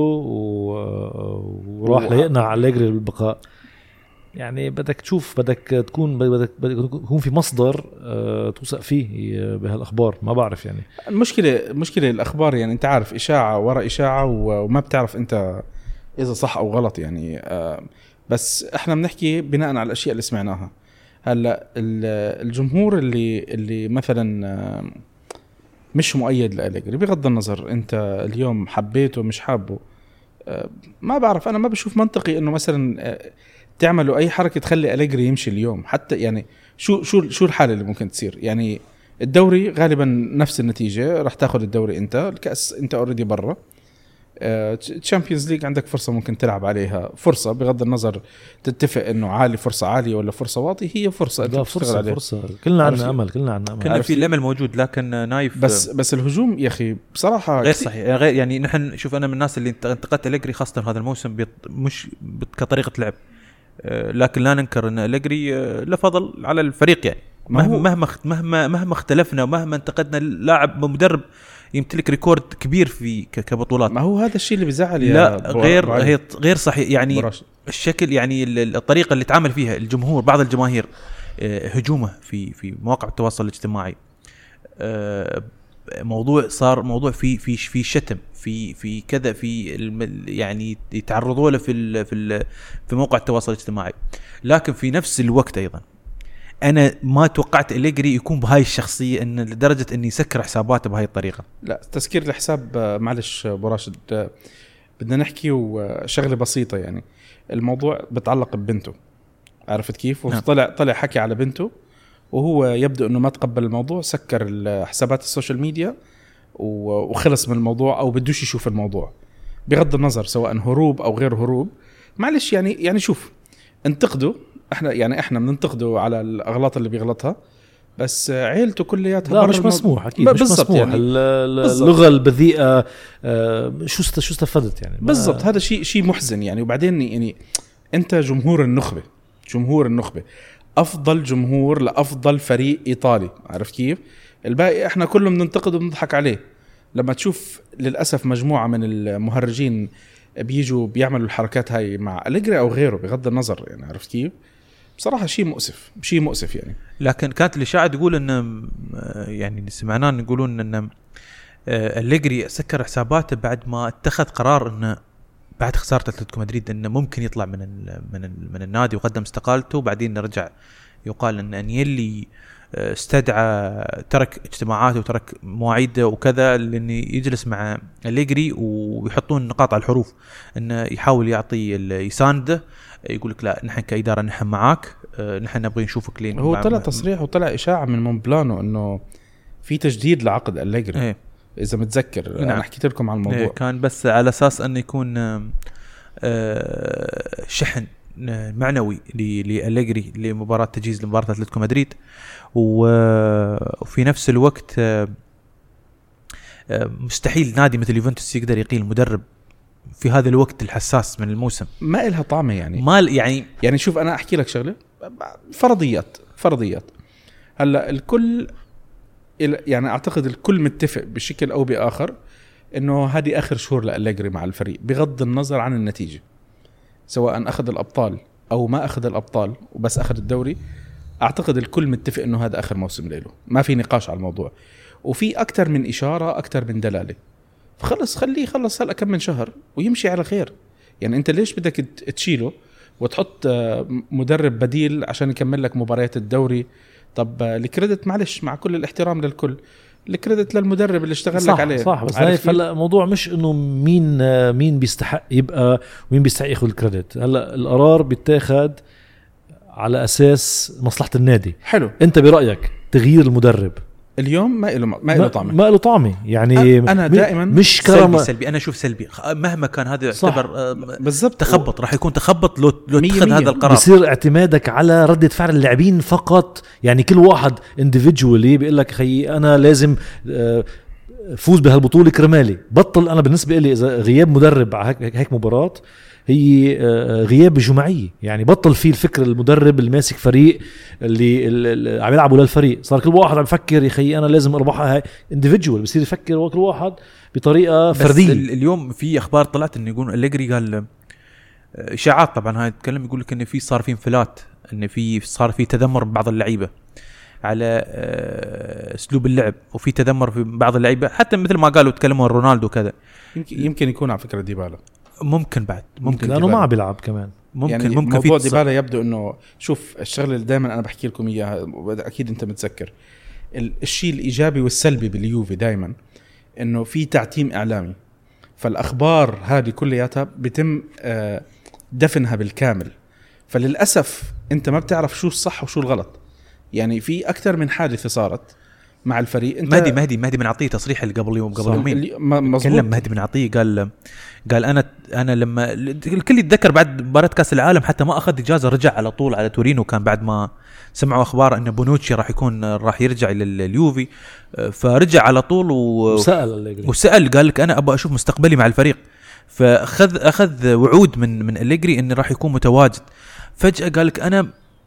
وراح ليقنع أليجري بالبقاء. يعني بدك تشوف، بدك تكون بدك بدك يكون في مصدر أه توثق فيه بهالاخبار. ما بعرف يعني المشكله مشكله الاخبار، يعني انت عارف اشاعه ورا اشاعه وما بتعرف انت اذا صح او غلط يعني. أه بس احنا بنحكي بناء على الاشياء اللي سمعناها. هلا الجمهور اللي اللي مثلا مش مؤيد لأليجري بغض النظر انت اليوم حبيته مش حابه، أه ما بعرف، انا ما بشوف منطقي انه مثلا أه تعملوا اي حركه تخلي أليجري يمشي اليوم. حتى يعني شو شو شو الحاله اللي ممكن تصير؟ يعني الدوري غالبا نفس النتيجه، راح تاخذ الدوري انت، الكاس انت اوريدي برا، تشامبيونز ليج عندك فرصه ممكن تلعب عليها، فرصه بغض النظر تتفق انه عالي فرصه عاليه ولا فرصه واطيه، هي فرصه انت فرصه عليها. فرصه كلنا عندنا امل، كلنا عندنا امل، كلنا في الامل موجود. لكن نايف بس بس الهجوم يا اخي بصراحه غير صحيح. غير يعني نحن شوف، انا من الناس اللي انتقدت أليجري خاصه هذا الموسم مش كطريقه لعب، لكن لا ننكر ان أليجري له فضل على الفريق. يعني مهما مهما مهما مهما اختلفنا ومهما انتقدنا اللاعب مدرب يمتلك ريكورد كبير في كبطولات. ما هو هذا الشيء اللي بيزعل يا لا غير هي غير صحيح يعني براش. الشكل يعني الطريقه اللي تعامل فيها الجمهور، بعض الجماهير هجومه في في مواقع التواصل الاجتماعي، موضوع صار موضوع في في في شتم في في كذا في يعني يتعرضوا له في في في موقع التواصل الاجتماعي. لكن في نفس الوقت ايضا انا ما توقعت أليجري يكون بهاي الشخصيه، ان لدرجه اني يسكر حساباته بهاي الطريقه. لا تسكير الحساب معلش براشد، بدنا نحكي وشغله بسيطه. يعني الموضوع بتعلق ببنته، عرفت كيف؟ وطلع طلع حكي على بنته، وهو يبدو انه ما تقبل الموضوع، سكر حسابات السوشيال ميديا وخلص من الموضوع، او بدوش يشوف الموضوع بغض النظر سواء هروب او غير هروب. معلش يعني يعني شوف، انتقدوا احنا، يعني احنا بننتقده على الاغلاط اللي بيغلطها، بس عيلته كلياتها لا مش مسموح اكيد، مش مسموح يعني اللغه البذيئه. شو شو استفدت يعني بالضبط؟ هذا شيء شيء محزن يعني. وبعدين يعني انت جمهور النخبه، جمهور النخبه افضل جمهور لافضل فريق ايطالي، عارف كيف؟ الباقي احنا كله بننتقد وبنضحك عليه. لما تشوف للاسف مجموعه من المهرجين بيجوا بيعملوا الحركات هاي مع أليجري او غيره بغض النظر يعني، عرفت كيف؟ بصراحه شيء مؤسف، شيء مؤسف يعني. لكن كانت الاشاعه تقول ان يعني سمعناه يقولون ان أليجري سكر حساباته بعد ما اتخذ قرار انه بعد خساره اتلتيكو مدريد انه ممكن يطلع من ال من ال من النادي وقدم استقالته، وبعدين رجع يقال ان انيلي استدعى ترك اجتماعاته وترك مواعيده وكذا لأن يجلس مع أليجري ويحطون نقاط على الحروف، انه يحاول يعطي يسانده، يقول لك لا نحن كإدارة نحن معاك، نحن نبغي نشوفك لين. هو طلع تصريح وطلع إشاعة من مونبلانو انه في تجديد لعقد أليجري ايه. اذا متذكر نعم. انا حكيت لكم عن الموضوع ايه. كان بس على اساس انه يكون شحن معنوي لأليجري لمباراة تجهيز لمباراة أتلتيكو مدريد، وفي نفس الوقت مستحيل نادي مثل يوفنتوس يقدر يقيل المدرب في هذا الوقت الحساس من الموسم. ما إلها طعمة يعني، ما يعني يعني شوف أنا أحكي لك شغلة، فرضيات فرضيات هلا الكل يعني أعتقد الكل متفق بشكل أو بآخر إنه هذه آخر شهور لأليجري مع الفريق بغض النظر عن النتيجة، سواء أخذ الأبطال أو ما أخذ الأبطال وبس أخذ الدوري. أعتقد الكل متفق إنه هذا آخر موسم له، ما في نقاش على الموضوع، وفي أكتر من إشارة أكتر من دلالة. فخلص خليه خلص هلأ كم من شهر ويمشي على خير. يعني أنت ليش بدك تشيله وتحط مدرب بديل عشان يكمل لك مباريات الدوري؟ طب الكريدت معلش مع كل الاحترام للكل، الكريدت للمدرب اللي اشتغل صح لك عليه. صح بس هلا الموضوع مش انه مين مين بيستحق يبقى ومين بيستحق ياخذ الكريدت. هلا القرار بيتاخد على اساس مصلحه النادي. حلو، انت برايك تغيير المدرب اليوم ما له ما له طعمه، ما له طعمه يعني. انا دائما مش كرامه سلبي, سلبي انا اشوف سلبي مهما كان هذا يعتبر بالضبط تخبط، راح يكون تخبط لو لو اتخذ هذا القرار. بصير اعتمادك على ردة فعل اللاعبين فقط، يعني كل واحد individually بيقول لك خي انا لازم فوز بهالبطوله كرمالي. بطل. انا بالنسبه لي اذا غياب مدرب على هيك هيك مباراه هي غياب جماعي، يعني بطل فيه الفكر المدرب الماسك فريق اللي, اللي عم يلعبوا للفريق، صار كل واحد عم يفكر يخي انا لازم اربحها. هاي individual بصير يفكر كل واحد بطريقه فرديه. اليوم في اخبار طلعت انه يقولون أليجري قال اشاعات طبعا هاي تتكلم، يقول لك انه في صار في انفلات، انه في صار في تذمر ببعض اللعيبه على اسلوب اللعب، وفي تذمر في بعض اللعيبه حتى مثل ما قالوا تكلموا رونالدو كذا. يمكن يمكن يكون على فكره ديبالا ممكن بعد ممكن لانه ما بيلعب كمان ممكن يعني ممكن موضوع ديبالا يبدو انه شوف الشغله اللي دائما انا بحكي لكم اياها اكيد انت متذكر، الشيء الايجابي والسلبي باليوفي دائما انه في تعتيم اعلامي، فالاخبار هذه كلياتها بيتم دفنها بالكامل، فللاسف انت ما بتعرف شو الصح وشو الغلط. يعني في اكثر من حادثه صارت مع الفريق. انت مهدي مهدي مهدي بن عطيه تصريح اللي قبل يوم قبل يومين تكلم مهدي بن عطيه قال قال انا انا لما الكل يتذكر بعد مباراه كاس العالم حتى ما اخذ اجازه، رجع على طول على تورينو، كان بعد ما سمعوا اخبار ان بونوتشي راح يكون راح يرجع لليوفي، فرجع على طول وسال وسال قال لك انا ابغى اشوف مستقبلي مع الفريق، فاخذ اخذ وعود من من أليجري انه راح يكون متواجد. فجاه قال لك انا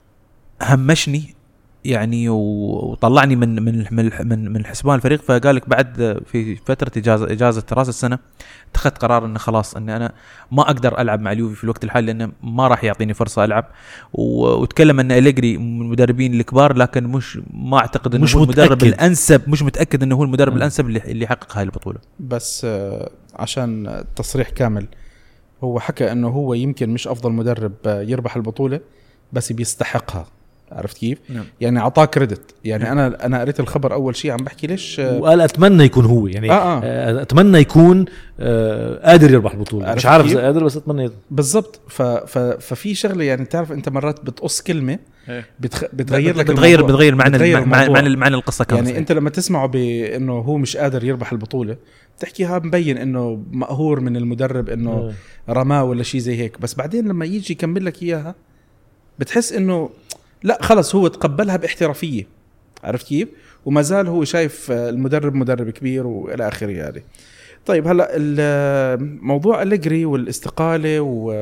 همشني يعني وطلعني من من من من حسبان الفريق، فقال لك بعد في فتره اجازه اجازه راس السنه اتخذت قرار انه خلاص اني انا ما اقدر العب مع اليوفي في الوقت الحالي لانه ما راح يعطيني فرصه العب. وتكلم ان أليجري من المدربين الكبار لكن مش ما اعتقد انه هو المدرب الانسب، مش متاكد انه هو المدرب م. الانسب اللي اللي يحقق هاي البطوله. بس عشان التصريح كامل، هو حكى انه هو يمكن مش افضل مدرب يربح البطوله بس بيستحقها، عرفت كيف؟ نعم. يعني عطاه كريدت. يعني انا انا قريت الخبر اول شيء عم بحكي ليش وقال اتمنى يكون هو يعني آه آه. اتمنى يكون آه قادر يربح البطوله، مش عارف اذا قادر بس اتمنى بالضبط. ففي شغله يعني تعرف انت مرات بتقص كلمه بتخ... بتغير لك بتغير بتغير معنى بتغير معنى معنى القصه كامله. يعني انت لما تسمعه بانه هو مش قادر يربح البطوله بتحكيها مبين انه مقهور من المدرب انه رماه ولا شيء زي هيك، بس بعدين لما يجي يكمل لك اياها بتحس انه لا خلص هو تقبلها باحترافيه. عرفت كيف؟ وما زال هو شايف المدرب مدرب كبير والى اخره يعني. طيب هلا الموضوع أليجري والاستقاله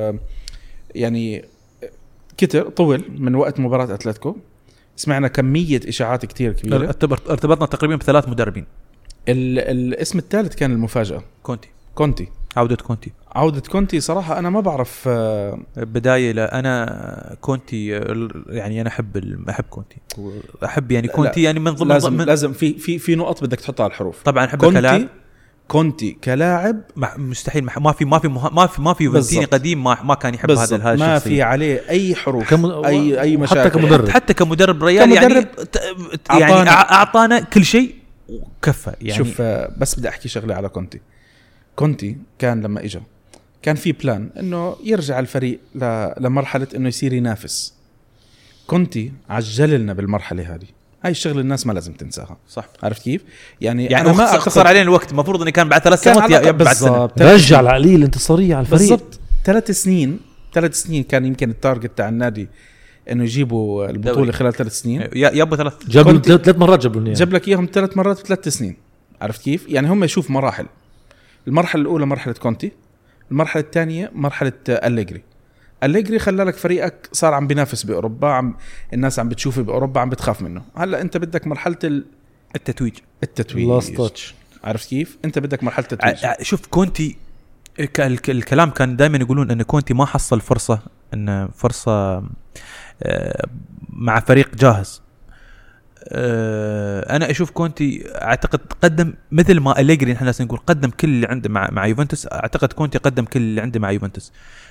ويعني كتر طول من وقت مباراه اتلتيكو، سمعنا كميه اشاعات كتير كبيره. ارتبطنا تقريبا بثلاث مدربين. الاسم الثالث كان المفاجاه كونتي. كونتي عودة كونتي. عودة كونتي صراحة أنا ما بعرف بداية. لا أنا كونتي يعني أنا أحب أحب كونتي أحب يعني كونتي يعني من ضمن لازم من لازم في في في نقط بدك تحطها على الحروف. طبعا أحب كلاعب. كونتي كلاعب مستحيل ما في ما في ما في ما في فلسطيني قديم ما ما كان يحب هذا الهاي ما في عليه أي حروف كم... أي أي مشاكل. حتى كمدرب حتى كمدرب ريال يعني يعني أعطانا كل شيء وكفى يعني. شوف بس بدي أحكي شغلة على كونتي. كونتي كان لما إجا كان في بلان إنه يرجع الفريق لمرحلة إنه يصير ينافس. كونتي عجل لنا بالمرحلة هذه. هاي الشغل الناس ما لازم تنساها. صح. عرفت كيف؟ يعني, يعني أنا ما أختصر علينا الوقت. المفروض إنه كان بعد ثلاث سنوات يا بعد سنة. رجع العقلية الانتصارية على الفريق. بالضبط. ثلاث سنين ثلاث سنين كان يمكن التارجت تاع النادي إنه يجيبوا البطولة دوري. خلال ثلاث سنين. يا يابو ثلاث. جابوا ثلاث مرات جابوا جاب لك إياهم ثلاث مرات في ثلاث سنين. عرفت كيف؟ يعني هم يشوف مراحل. المرحلة الأولى مرحلة كونتي، المرحلة الثانية مرحلة أليجري. أليجري خلى لك فريقك صار عم بينافس بأوروبا، عم الناس عم بتشوفه بأوروبا عم بتخاف منه. هلا أنت بدك مرحلة ال... التتويج التتويج عرفت كيف؟ أنت بدك مرحلة التتويج. ع... شوف كونتي الكلام كان دائما يقولون أن كونتي ما حصل فرصة أن فرصة مع فريق جاهز. انا اشوف كونتي اعتقد قدم مثل ما أليجري نحن نقول قدم كل اللي عنده مع مع يوفنتوس. اعتقد كونتي قدم كل اللي عنده مع يوفنتوس.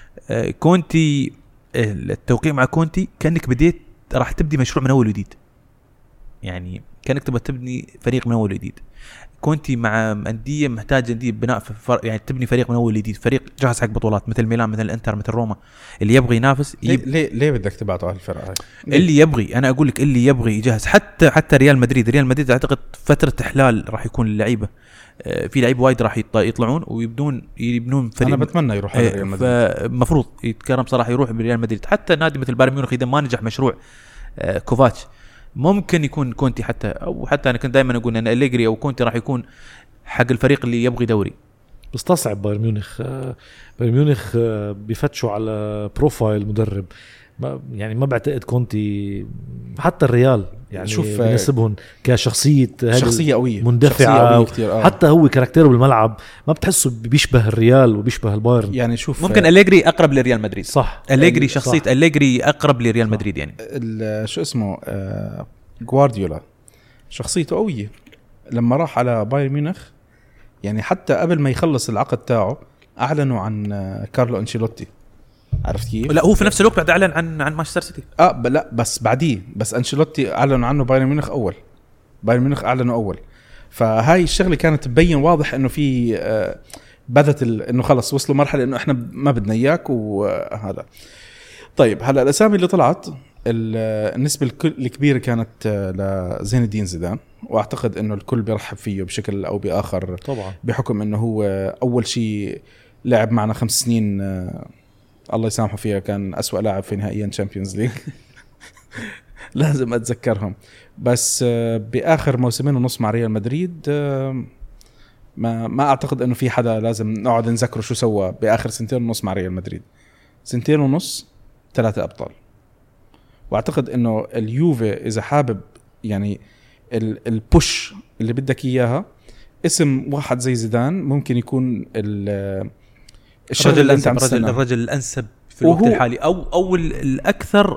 كونتي التوقيع مع كونتي كانك بديت راح تبدي مشروع من اول وجديد، يعني كانك تبغى تبني فريق من اول وجديد. كونتي مع أندية محتاج أندية بناء فر... يعني تبني فريق من أول جديد، فريق جاهز حق بطولات مثل ميلان مثل الانتر مثل روما اللي يبغى ينافس. يب... ليه ليه بدك تبعته على الفرق هاي؟ اللي يبغي أنا أقول لك اللي يبغي يجهز. حتى حتى ريال مدريد ريال مدريد أعتقد فترة إحلال راح يكون اللعيبة، في لعيبة وايد راح يطلعون ويبدون يبنون فريق. أنا بتمنى يروح على ريال مدريد، فمفروض يتكرم صراحة يروح بريال مدريد. حتى نادي مثل بايرن ميونخ إذا ما نجح مشروع كوفاتش ممكن يكون كونتي حتى، أو حتى أنا كنت دائما أقول أن أليجري أو كونتي راح يكون حق الفريق اللي يبغي دوري. بس تصعب بايرن ميونخ. بايرن ميونخ بيفتشوا على بروفايل مدرب، ما يعني ما بعتقد كونتي. حتى الريال يعني شوف بنسبهم كشخصية شخصية قوية مندفعة شخصية قوية. حتى هو كاركتيره بالملعب ما بتحسه بيشبه الريال وبيشبه البايرن. يعني شوف ممكن أليجري أقرب لريال مدريد. صح. أليجري شخصية صح. أليجري أقرب لريال صح. مدريد يعني شو اسمه آه غوارديولا شخصيته قوية. لما راح على بايرن ميونخ يعني حتى قبل ما يخلص العقد تاعه أعلنوا عن كارلو أنشيلوتي. عرفت كيف؟ لا هو في نفس الوقت بعد أعلن عن عن مانشستر سيتي. اه لا بس بعديه بس أنشيلوتي أعلنوا عنه بايرن ميونخ أول. بايرن ميونخ أعلنوا أول. فهاي الشغلة كانت تبين واضح إنه في آه بدت إنه خلص وصلوا مرحلة إنه إحنا ما بدنا إياك وهذا. طيب هلا الأسامي اللي طلعت النسبة الكبيرة كانت لزين الدين زيدان، واعتقد انه الكل بيرحب فيه بشكل او باخر طبعا بحكم انه هو اول شيء لعب معنا خمس سنين الله يسامحه فيها، كان أسوأ لاعب في نهائيا تشامبيونز ليج لازم اتذكرهم. بس باخر موسمين ونص مع ريال مدريد ما ما اعتقد انه في حدا لازم نقعد نذكره شو سوى باخر سنتين ونص مع ريال مدريد. سنتين ونص ثلاثة ابطال. واعتقد انه اليوفي اذا حابب يعني البوش اللي بدك اياها اسم واحد زي زيدان ممكن يكون الرجل الانسب الرجل, الرجل الانسب في الوقت الحالي او او الاكثر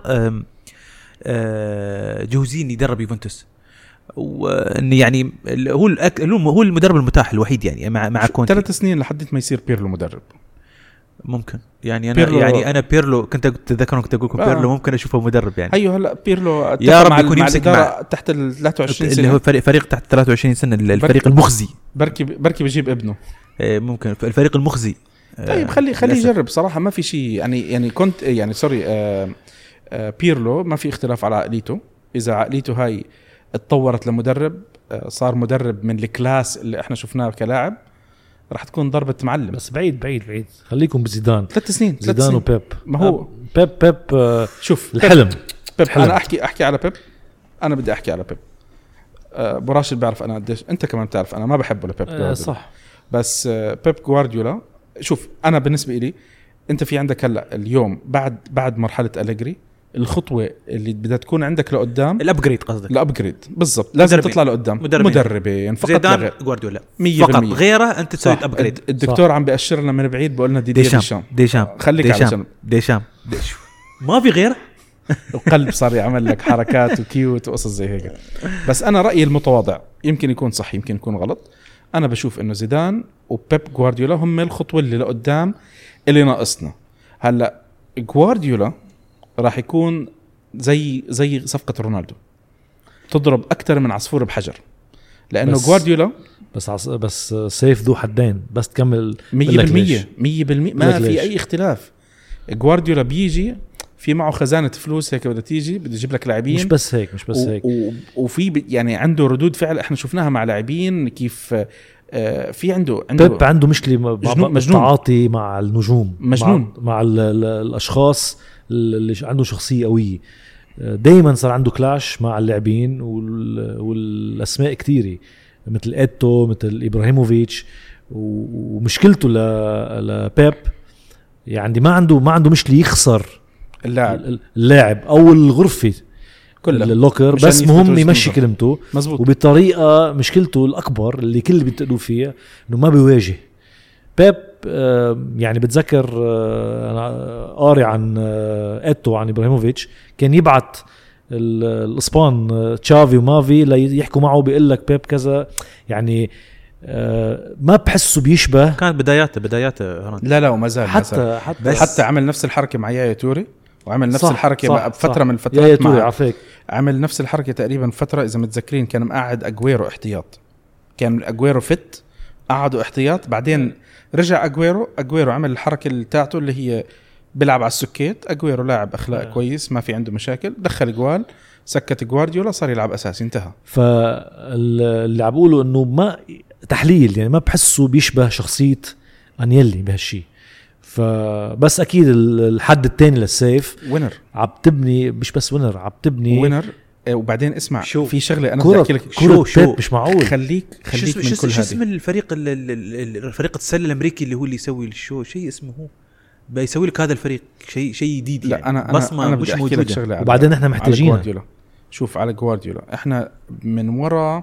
جوزين يدرب يوفنتوس. وان يعني هو هو المدرب المتاح الوحيد يعني مع مع كونتي. ثلاث سنين لحد ما يصير بيرلو مدرب. ممكن يعني انا بيرلو يعني انا بيرلو كنت تذكرون كنت اقول لكم آه. بيرلو ممكن اشوفه مدرب يعني. ايوه هلا بيرلو يا رب مع يكون يمسك مع تحت ال ثلاثة وعشرين اللي سنه هو فريق فريق تحت ثلاثة وعشرين سنه الفريق المخزي. بركي بركي بيجيب ابنه. ممكن الفريق المخزي. طيب خلي خليه يجرب صراحه ما في شيء يعني يعني كنت يعني سوري آه آه بيرلو ما في اختلاف على عقليته. اذا عقليته هاي اتطورت لمدرب آه صار مدرب من الكلاس اللي احنا شفناه كلاعب راح تكون ضربة معلم. بس بعيد بعيد بعيد خليكم بزيدان ثلاث سنين زيدان وبيب. ما هو بيب بيب آه شوف الحلم بيب, بيب الحلم. انا احكي احكي على بيب. انا بدي احكي على بيب. آه براشد بعرف انا قديش انت كمان بتعرف انا ما بحبه لبيب آه صح. بس آه بيب جوارديولا شوف انا بالنسبه لي انت في عندك هلا اليوم بعد بعد مرحله أليجري الخطوه اللي بدها تكون عندك لقدام الابجريد قصدك الابجريد بالضبط لازم مدربين. تطلع لقدام مدربين, مدربين فقط زيدان جوارديولا مية فقط غيره انت تسوي ابجريد. الدكتور صح. عم بيأشر لنا من بعيد بقول لنا دي ديشام ديشام ديشام خليك ديشام. على جنب ديشام ديشام ما في غيره. القلب صار يعمل لك حركات وكيوت وقصص زي هيك. بس انا رايي المتواضع يمكن يكون صح يمكن يكون غلط. انا بشوف انه زيدان وبيب جوارديولا هم الخطوه اللي لقدام اللي ناقصنا. هلا جوارديولا راح يكون زي زي صفقه رونالدو تضرب اكثر من عصفور بحجر لانه بس جوارديولا بس عص... بس سيف ذو حدين بس تكمل مية بالمية مية بالمية ما في اي اختلاف. جوارديولا بيجي في معه خزانه فلوس هيك بدها تيجي بده يجيب لك لاعبين مش بس هيك مش بس و... هيك و... وفي يعني عنده ردود فعل احنا شفناها مع لاعبين كيف آه في عنده عنده بيب عنده مشكله مع التعاطي مع النجوم مجنون مع, مع ال... ال... الاشخاص اللي عنده شخصيه قويه. دايما صار عنده كلاش مع اللاعبين وال... والاسماء كتيره مثل ايتو مثل ابراهيموفيتش و... ومشكلته ل... لبيب يعني ما عنده ما عنده مشكله يخسر اللاعب اللاعب او الغرفه كلها اللوكر بس مهم يمشي كلمته مزبوط. وبطريقه مشكلته الاكبر اللي كل بيتقلوا فيها انه ما بيواجه. بيب يعني بتذكر انا قاري عن ايتو وعن ابراهيموفيتش كان يبعت الاسبان تشافي ومافي ليحكوا معه بيقول لك بيب كذا يعني ما بحسه بيشبه. كانت بداياته بداياته لا لا وما زال حتى حتى بس حتى عمل نفس الحركه مع يايا توري وعمل نفس صح الحركه صح بفتره صح من الفترات مع عفيك. عمل نفس الحركه تقريبا فتره اذا متذكرين كان مقعد اجويرو احتياط كان اجويرو فت قعدوا احتياط بعدين رجع اجويرو اجويرو عمل الحركه بتاعته اللي هي بيلعب على السكيت. اجويرو لاعب اخلاق آه. كويس ما في عنده مشاكل دخل جوال سكت جوارديولا صار يلعب اساسي انتهى. فاللي عم بقوله انه ما تحليل يعني ما بحسه بيشبه شخصيه انيلي بهالشيء. فبس اكيد الحد الثاني للسيف وينر عم تبني مش بس وينر عم تبني وينر. وبعدين اسمع شو في شغله انا بدي احكي لك شو شو مش معقول خليك خليك من كل هذه. شو اسم الفريق الفريق السله الامريكي اللي هو اللي يسوي الشو شيء اسمه هو بيسوي لك هذا الفريق شيء شيء جديد يعني. لا انا انا, أنا مش بدي احكي لك شغله وبعدين احنا محتاجين شوف على جوارديولا احنا من وراء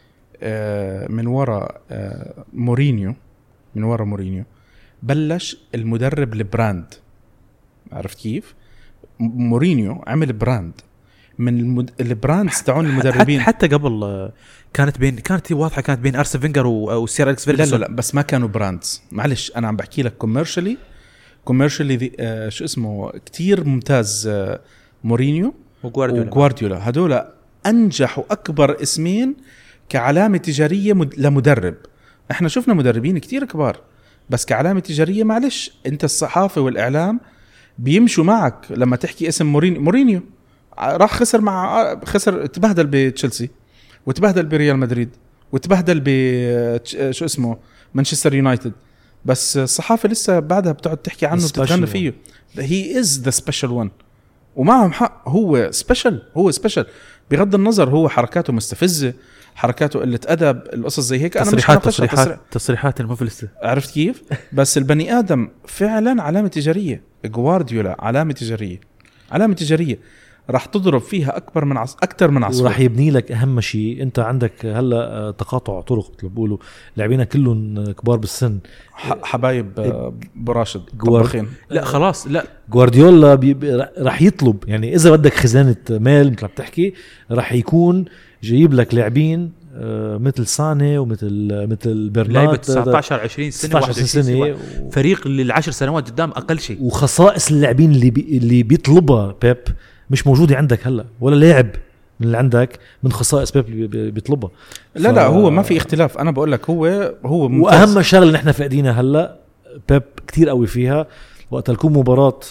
آه من وراء آه مورينيو من وراء مورينيو بلش المدرب البراند. عرفت كيف مورينيو عمل براند من المد... البراندز تاعون المدربين. حتى قبل كانت بين كانت واضحه كانت بين ارسن فينجر وسير اليكس فيرجسون. لا لا لا بس ما كانوا براندز معلش انا عم بحكي لك كوميرشلي كوميرشلي آه شو اسمه كتير ممتاز آه مورينيو وغوارديولا وغوارديولا هدول انجح واكبر اسمين كعلامه تجاريه مد... لمدرب. احنا شفنا مدربين كتير كبار بس كعلامه تجاريه معلش انت الصحافه والاعلام بيمشوا معك لما تحكي اسم مورينيو. مورينيو راح خسر مع خسر تبهدل بتشيلسي وتبهدل بريال مدريد وتبهدل ب شو اسمه مانشستر يونايتد بس الصحافه لسه بعدها بتقعد تحكي عنه بتتغنى فيه. هي از ذا سبيشال وان ومعهم حق هو سبيشال هو سبيشال بغض النظر هو حركاته مستفزه حركاته قله ادب القصص زي هيك. انا تصريحات تصريحات تصريحات المفلسه عرفت كيف بس البني ادم فعلا علامه تجاريه. جوارديولا علامه تجاريه علامه تجاريه راح تضرب فيها اكبر من عص... اكثر من عصفور وراح يبني لك اهم شيء. انت عندك هلا تقاطع طرق اللي بيقولوا لاعبين كلهم كبار بالسن ح... حبايب براشد طباخين. لا خلاص لا جوارديولا بي... راح يطلب يعني اذا بدك خزانه مال مثل ما بتحكي راح يكون جايب لك لاعبين آه مثل ساني ومثل مثل برنارد لعيبه تسعة عشر عشرين سنه واحد وعشرين سنه و... فريق للعشر سنوات قدام اقل شيء. وخصائص اللاعبين اللي بي اللي بيطلبها بيب مش موجوده عندك هلا ولا لاعب من اللي عندك من خصائص بيب اللي بيطلبها. لا ف... لا هو ما في اختلاف. انا بقول لك هو هو ممتاز. واهم شغله اللي نحن فاقدينها هلا بيب كتير قوي فيها وقت تكون مباراه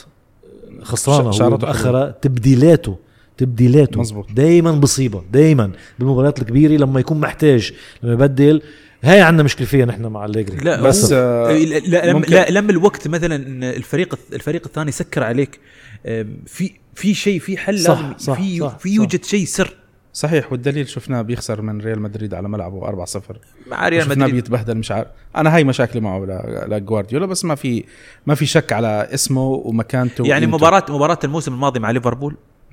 خسرانه ومتاخره تبديلاته تبديلاته دايما بصيبه دايما بالمباريات الكبيره لما يكون محتاج لما يبدل. هاي عندنا مشكله فيها نحن مع أليجري. لا بس آه لا لما لا لما الوقت مثلا الفريق الفريق الثاني سكر عليك في في شيء في حل صح صح في صح في يوجد شيء سر صحيح. والدليل شفناه بيخسر من ريال مدريد على ملعبه أربعة صفر مع ريال مدريد بيتبهدل. مش عارف انا هاي مشاكلي معه لجوارديولا بس ما في ما في شك على اسمه ومكانته. يعني مباراه مباراه الموسم الماضي مع ليفربول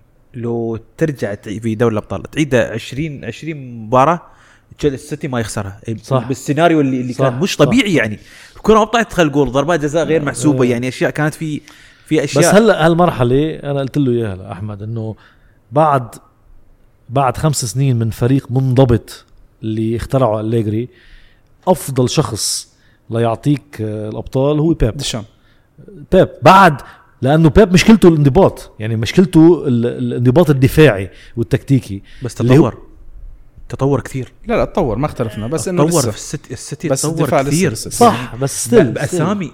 لو ترجع في دوري الابطال تعيدها عشرين عشرين مباراه السيتي ما يخسرها صح. بالسيناريو اللي, اللي كان مش طبيعي. صح. يعني الكره ما بتعرف تدخل جول ضربات جزاء غير محسوبه. يعني اشياء كانت في في اشياء. بس هلا هالمرحله انا قلت له اياها لاحمد انه بعد بعد خمس سنين من فريق منضبط اللي اخترعه أليجري افضل شخص ليعطيك الابطال هو بيب ديشام. بيب بعد لانه بيب مشكلته الانضباط. يعني مشكلته الانضباط الدفاعي والتكتيكي. بس تطور تطور كثير. لا لا تطور ما اختلفنا بس انه تطور في السيتي السيتي بس تطور كثير. صح بس ستيل باسامي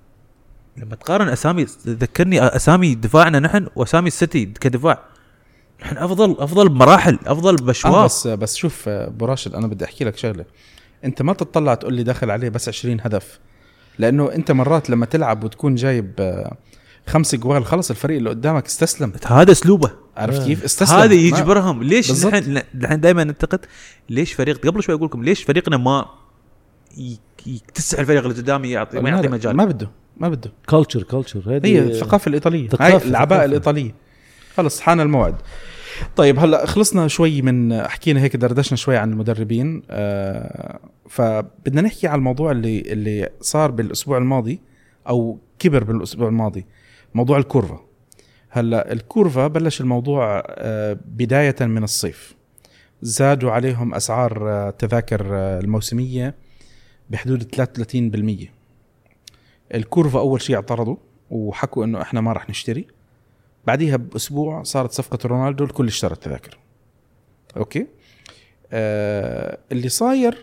لما تقارن اسامي ذكرني اسامي دفاعنا نحن واسامي السيتي كدفاع نحن افضل افضل بمراحل افضل بشواط. بس بس شوف براشد انا بدي احكي لك شغله. انت ما تطلع تقول لي داخل عليه بس عشرين هدف لانه انت مرات لما تلعب وتكون جايب خمس جوال خلص الفريق اللي قدامك استسلم. هذا اسلوبه. عرفت كيف استسلم. هذا يجبرهم. ليش نحن نحن دائما ننتقد ليش فريق قبل شوي اقول لكم ليش فريقنا ما يكتسح الفريق اللي قدامي يعطي ما يعطي مجال. ما بده ما بده كلتشر كلتشر هذه هي الثقافه الايطاليه. هاي العباءه الايطاليه. خلص حان الموعد. طيب هلا خلصنا شوي من حكينا هيك دردشنا شوي عن المدربين. آه فبدنا نحكي على الموضوع اللي اللي صار بالاسبوع الماضي او كبر بالاسبوع الماضي موضوع الكورفا. هلا الكورفا بلش الموضوع آه بدايه من الصيف زادوا عليهم اسعار آه تذاكر آه الموسميه بحدود ثلاثة وثلاثين بالمية. الكورفا اول شيء اعترضوا وحكوا انه احنا ما راح نشتري. بعديها بأسبوع صارت صفقة رونالدو الكل اشترى التذاكر. أوكي آه اللي صاير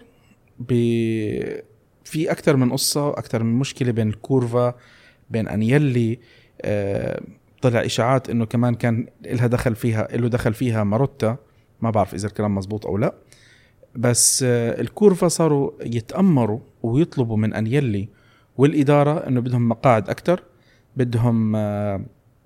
في أكتر من قصة أكتر من مشكلة بين الكورفا بين أنيلي. آه طلع إشاعات إنه كمان كان إلها دخل فيها إله دخل فيها ماروتا. ما بعرف إذا الكلام مزبوط أو لا. بس آه الكورفا صاروا يتأمروا ويطلبوا من أنيلي والإدارة إنه بدهم مقاعد أكتر. بدهم آه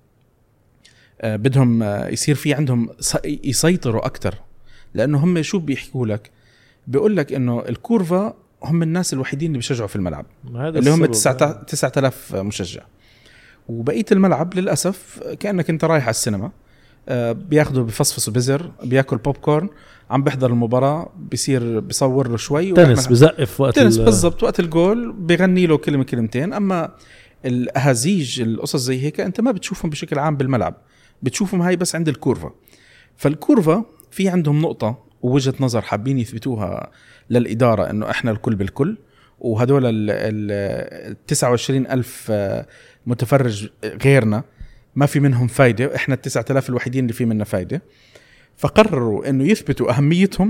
آه بدهم آه يصير في عندهم يسيطروا أكتر. لأنه هم شو بيحكوا لك بيقول لك إنه الكورفا هم الناس الوحيدين اللي بيشجعوا في الملعب اللي هم تسعة آلاف مشجع. وبقية الملعب للأسف كأنك أنت رايح على السينما. آه بياخدوا بفصفصوا بزر بياكل بوب كورن عم بيحضر المباراة بيصير بيصور له شوي تنس بزقف وقت تنس بالضبط وقت الجول بيغني له كلمة كلمتين. أما الأهازيج القصص زي هيك أنت ما بتشوفهم بشكل عام بالملعب بتشوفهم هاي بس عند الكورفا. فالكورفا في عندهم نقطة ووجهة نظر حابين يثبتوها للإدارة إنه إحنا الكل بالكل. وهدول ال تسعة وعشرين ألف متفرج غيرنا ما في منهم فايدة. إحنا التسعة آلاف الوحيدين اللي في منا فايدة. فقرروا إنه يثبتوا أهميتهم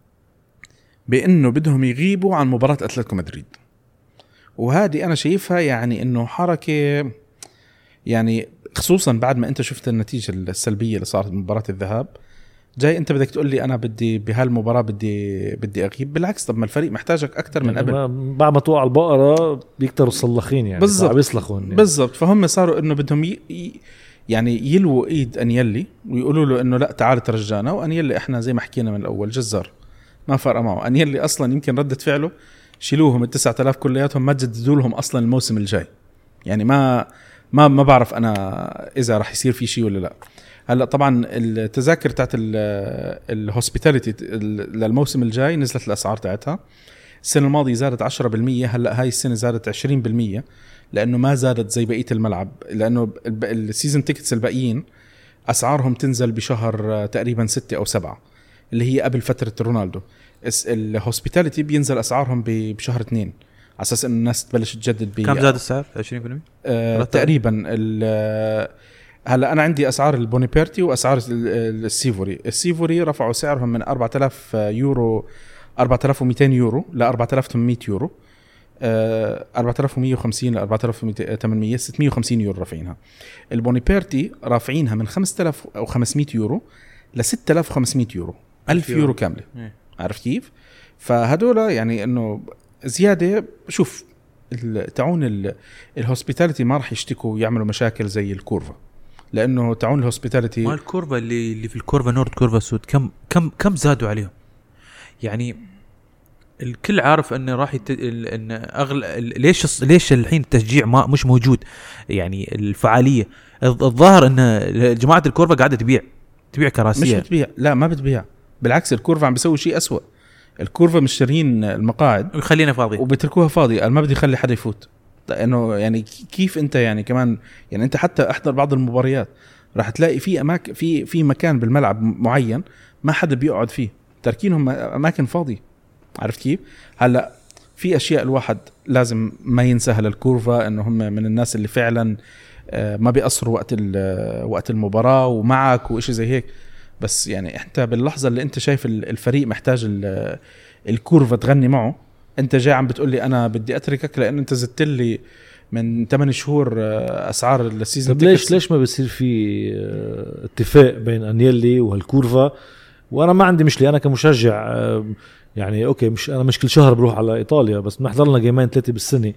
بإنه بدهم يغيبوا عن مباراة أتلتيكو مدريد. وهذه أنا شايفها يعني إنه حركة يعني خصوصا بعد ما أنت شفت النتيجة السلبية اللي صارت من مباراة الذهاب. جاي انت بدك تقول لي انا بدي بهالمباراه بدي بدي اغيب. بالعكس طب ما الفريق محتاجك اكثر من قبل. بعد ما توقع البقره بيكتروا الصلاخين يعني بيصلخون يعني. بالضبط. فهم صاروا انه بدهم ي... يعني يلووا ايد انيلي ويقولوا له انه لا تعال ترجانا. وانيلي احنا زي ما حكينا من الاول جزار ما فرق معه. انيلي اصلا يمكن ردة فعله شيلوهم التسعة آلاف كلياتهم ما تجددوا لهم اصلا الموسم الجاي. يعني ما ما ما بعرف انا اذا راح يصير في شيء ولا لا. هلا طبعا التذاكر تاعت الهوسبيتاليتي للموسم الجاي نزلت الاسعار تاعتها. السنه الماضيه زادت عشرة بالمية هلا هاي السنه زادت عشرين بالمية لانه ما زادت زي بقيه الملعب. لانه السيزن تيكتس الباقيين اسعارهم تنزل بشهر تقريبا ستة او سبعة اللي هي قبل فتره رونالدو. الهوسبيتاليتي بينزل اسعارهم بشهر اثنين على اساس ان الناس تبلش تجدد. ب كم زاد السعر؟ عشرين بالمية آه تقريبا. هلا انا عندي اسعار البونيبرتي واسعار السيفوري. السيفوري رفعوا سعرهم من أربعة آلاف يورو أربعة آلاف ومئتين يورو ل أربعة آلاف وثمانمئة يورو، آه أربعة آلاف ومئة وخمسين ل أربعة آلاف وثمانمئة ستمئة وخمسين يورو رافعينها. البونيبرتي رافعينها من خمسة آلاف وخمسمئة يورو ل ستة آلاف وخمسمئة يورو، ألف يورو كامله. عرفت كيف؟ فهدول يعني انه زياده. شوف تعون الهوسبيتاليتي ما راح يشتكوا يعملوا مشاكل زي الكورفا، لانه تعون الهوسبيتاليتي ما الكورفا اللي اللي في الكورفا نورد كورفا سود كم كم كم زادوا عليهم. يعني الكل عارف انه راح يت... ان اغلى ليش ليش الحين التشجيع ما مش موجود، يعني الفعاليه. الظاهر ان جماعه الكورفا قاعده تبيع تبيع كراسي. مش بتبيع، لا ما بتبيع، بالعكس الكورفا عم بيسوي شيء أسوأ. الكورفا مشترين المقاعد ويخلينا فاضيه وبتركوها فاضيه، ما بدي يخلي حدا يفوت. لانه يعني كيف انت يعني كمان يعني انت حتى احضر بعض المباريات راح تلاقي في اماكن في في مكان بالملعب معين ما حدا بيقعد فيه، تركينهم اماكن فاضيه. عرفت كيف؟ هلا في اشياء الواحد لازم ما ينساها للكورفا، انه هم من الناس اللي فعلا ما بيقصروا وقت وقت المباراه ومعك وإشي زي هيك. بس يعني انت باللحظه اللي انت شايف الفريق محتاج الكورفا تغني معه، انت جاي عم بتقول لي انا بدي اتركك لان انت زدت لي من ثمانية شهور اسعار السيزون. ليش ليش ما بيصير في اتفاق بين انيلي وهالكورفا؟ وانا ما عندي مشكله، انا كمشجع يعني اوكي، مش انا مش كل شهر بروح على ايطاليا، بس بنحضر لنا جيمين ثلاثه بالسنه،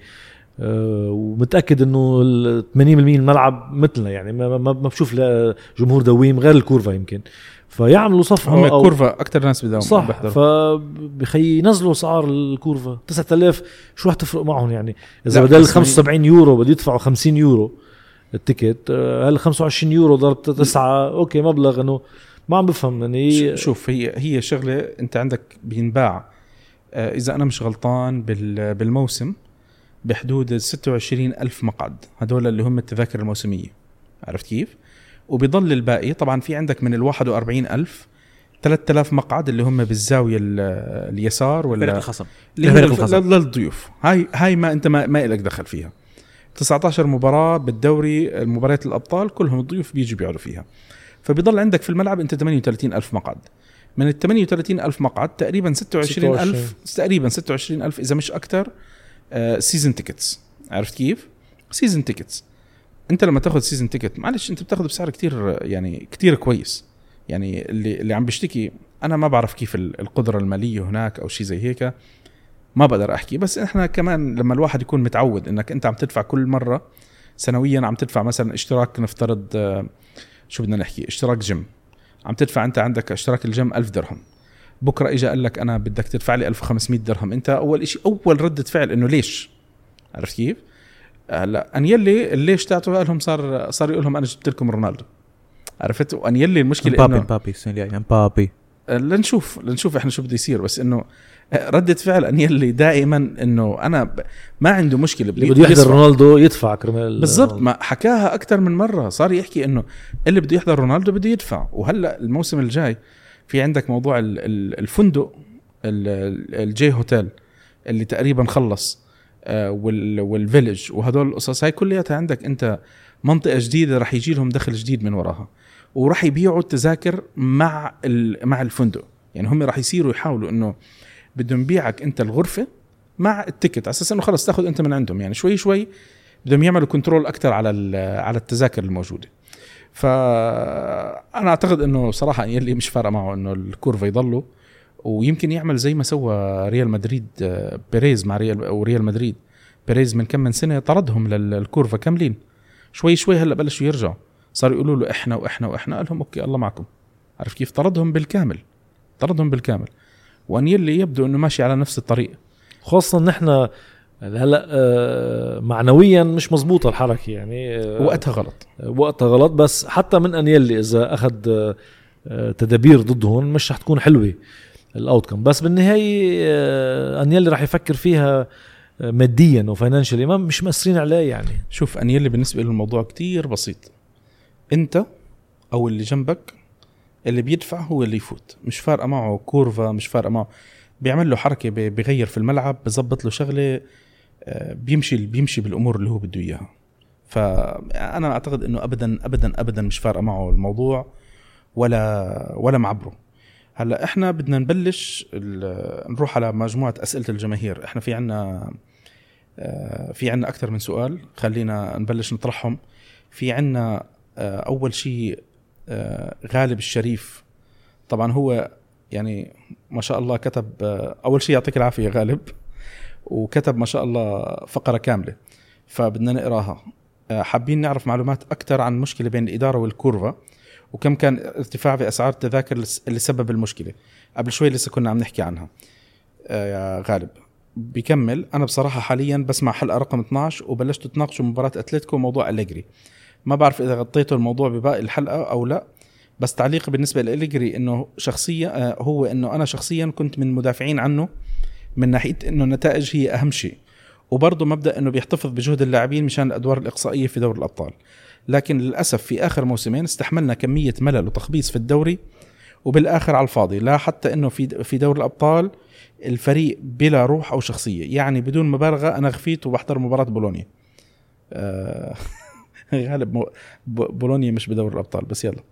ومتاكد انه ثمانين بالمئة الملعب مثلنا، يعني ما ما بشوف جمهور دويم غير الكورفا يمكن، فيعملوا صفقه. هم الكورفا اكثر ناس بدهم صح، فبخي ينزلوا اسعار الكورفا تسعة آلاف. شو راح تفرق معهم يعني اذا بدل خمسة وسبعين يورو بده يدفعوا خمسين يورو التيكت؟ هل خمسة وعشرين يورو ضرب تسعة اوكي مبلغ انه ما عم بفهم يعني. شوف هي هي شغله انت عندك بينباع اذا انا مش غلطان بالموسم بحدود ستة وعشرين ألف مقعد، هدول اللي هم التذاكر الموسميه. عرفت كيف؟ وبيضل الباقي طبعا في عندك من الواحد وأربعين ألف ثلاثة آلاف مقعد اللي هم بالزاويه اليسار ولا الخصم للضيوف. هاي هاي ما انت ما, ما لك دخل فيها. تسعة عشر مباراه بالدوري، مباريات الابطال كلهم الضيوف بيجوا بيقعدوا فيها. فبيضل عندك في الملعب انت ثمانية وثلاثين ألف مقعد. من ال ثمانية وثلاثين ألف مقعد تقريبا ستة وعشرين ألف تقريبا ستة وعشرين ألف اذا مش اكثر سيزن تيكتس. عرفت كيف؟ سيزن تيكتس. انت لما تاخذ سيزن تيكت معلش انت بتاخذ بسعر كتير يعني كتير كويس. يعني اللي اللي عم بيشتكي انا ما بعرف كيف القدره الماليه هناك او شيء زي هيك، ما بقدر احكي. بس احنا كمان لما الواحد يكون متعود انك انت عم تدفع كل مره سنويا، عم تدفع مثلا اشتراك، نفترض شو بدنا نحكي اشتراك جيم، عم تدفع انت عندك اشتراك الجيم ألف درهم، بكره اجى قال لك انا بدك تدفع لي ألف وخمسمئة درهم، انت اول شيء اول ردة فعل انه ليش؟ عرفت كيف؟ هلا انيلي ليش تعطوا لهم صار صار يقول لهم انا جبت لكم رونالدو. عرفت؟ وانيلي المشكله انه بابي سنلي بابي لنشوف لنشوف احنا شو بده يصير. بس انه ردة فعل انيلي دائما انه انا ما عنده مشكله اللي بده يحضر رونالدو يدفع كرمال بالضبط. ما حكاها اكثر من مره، صار يحكي انه اللي بده يحضر رونالدو بده يدفع. وهلا الموسم الجاي في عندك موضوع الفندق الجي هوتيل اللي تقريبا خلص، والفيلج وهدول القصص هاي كلها عندك انت منطقه جديده رح يجي لهم دخل جديد من وراها، ورح يبيعوا التذاكر مع مع الفندق. يعني هم رح يصيروا يحاولوا انه بدهم يبيعك انت الغرفه مع التيكت على اساس انه خلص تاخذ انت من عندهم. يعني شوي شوي بدهم يعملوا كنترول اكثر على على التذاكر الموجوده. فانا اعتقد انه صراحه يلي مش فارقه معه انه الكورفا يضلوا، ويمكن يعمل زي ما سوى ريال مدريد بيريز مع ريال او ريال مدريد. بيريز من كم من سنه طردهم للكورفا كاملين، شوي شوي هلا بلشوا يرجعوا، صاروا يقولوا له احنا واحنا واحنا، قال لهم اوكي الله معكم. عارف كيف؟ طردهم بالكامل، طردهم بالكامل. وانيلي يبدو انه ماشي على نفس الطريق، خاصه نحن هلا معنويا مش مزبوطه الحركه، يعني وقتها غلط وقتها غلط. بس حتى من انيلي اذا اخذ تدابير ضدهم مش رح تكون حلوه الاوتكم. بس بالنهايه انيلي راح يفكر فيها ماديا وفاينانشالي، ما مش مأثرين عليه. يعني شوف انيلي بالنسبه له الموضوع كتير بسيط، انت او اللي جنبك اللي بيدفع هو اللي يفوت، مش فارقه معه كورفا، مش فارقه معه. بيعمل له حركه بيغير في الملعب بزبط له شغله بيمشي بيمشي بالامور اللي هو بده اياها. فانا اعتقد انه ابدا ابدا ابدا مش فارقه معه الموضوع ولا ولا معبره. هلا احنا بدنا نبلش نروح على مجموعه اسئله الجماهير. احنا في عنا في عنا اكثر من سؤال، خلينا نبلش نطرحهم. في عنا اول شيء غالب الشريف، طبعا هو يعني ما شاء الله كتب، اول شيء يعطيك العافيه غالب، وكتب ما شاء الله فقره كامله فبدنا نقراها. حابين نعرف معلومات اكثر عن المشكله بين الاداره والكورفا، وكم كان ارتفاع في اسعار التذاكر اللي سبب المشكله. قبل شوي لسه كنا عم نحكي عنها. يا غالب بيكمل: انا بصراحه حاليا بسمع حلقه رقم اثناشر وبلشت تناقشوا مباراه اتلتيكو وموضوع أليجري. ما بعرف اذا غطيتوا الموضوع بباقي الحلقه او لا، بس تعليق بالنسبه لأليجري انه شخصيا هو انه انا شخصيا كنت من مدافعين عنه من ناحيه انه النتائج هي اهم شيء، وبرضه مبدا انه بيحتفظ بجهد اللاعبين مشان الادوار الاقصائيه في دوري الابطال. لكن للاسف في اخر موسمين استحملنا كميه ملل وتخبيص في الدوري وبالاخر على الفاضي. لا حتى انه في في دوري الابطال الفريق بلا روح او شخصيه. يعني بدون مبالغه انا غفيت وبحضر مباراه بولونيا. آه غالب بولونيا مش بدوري الابطال بس يلا.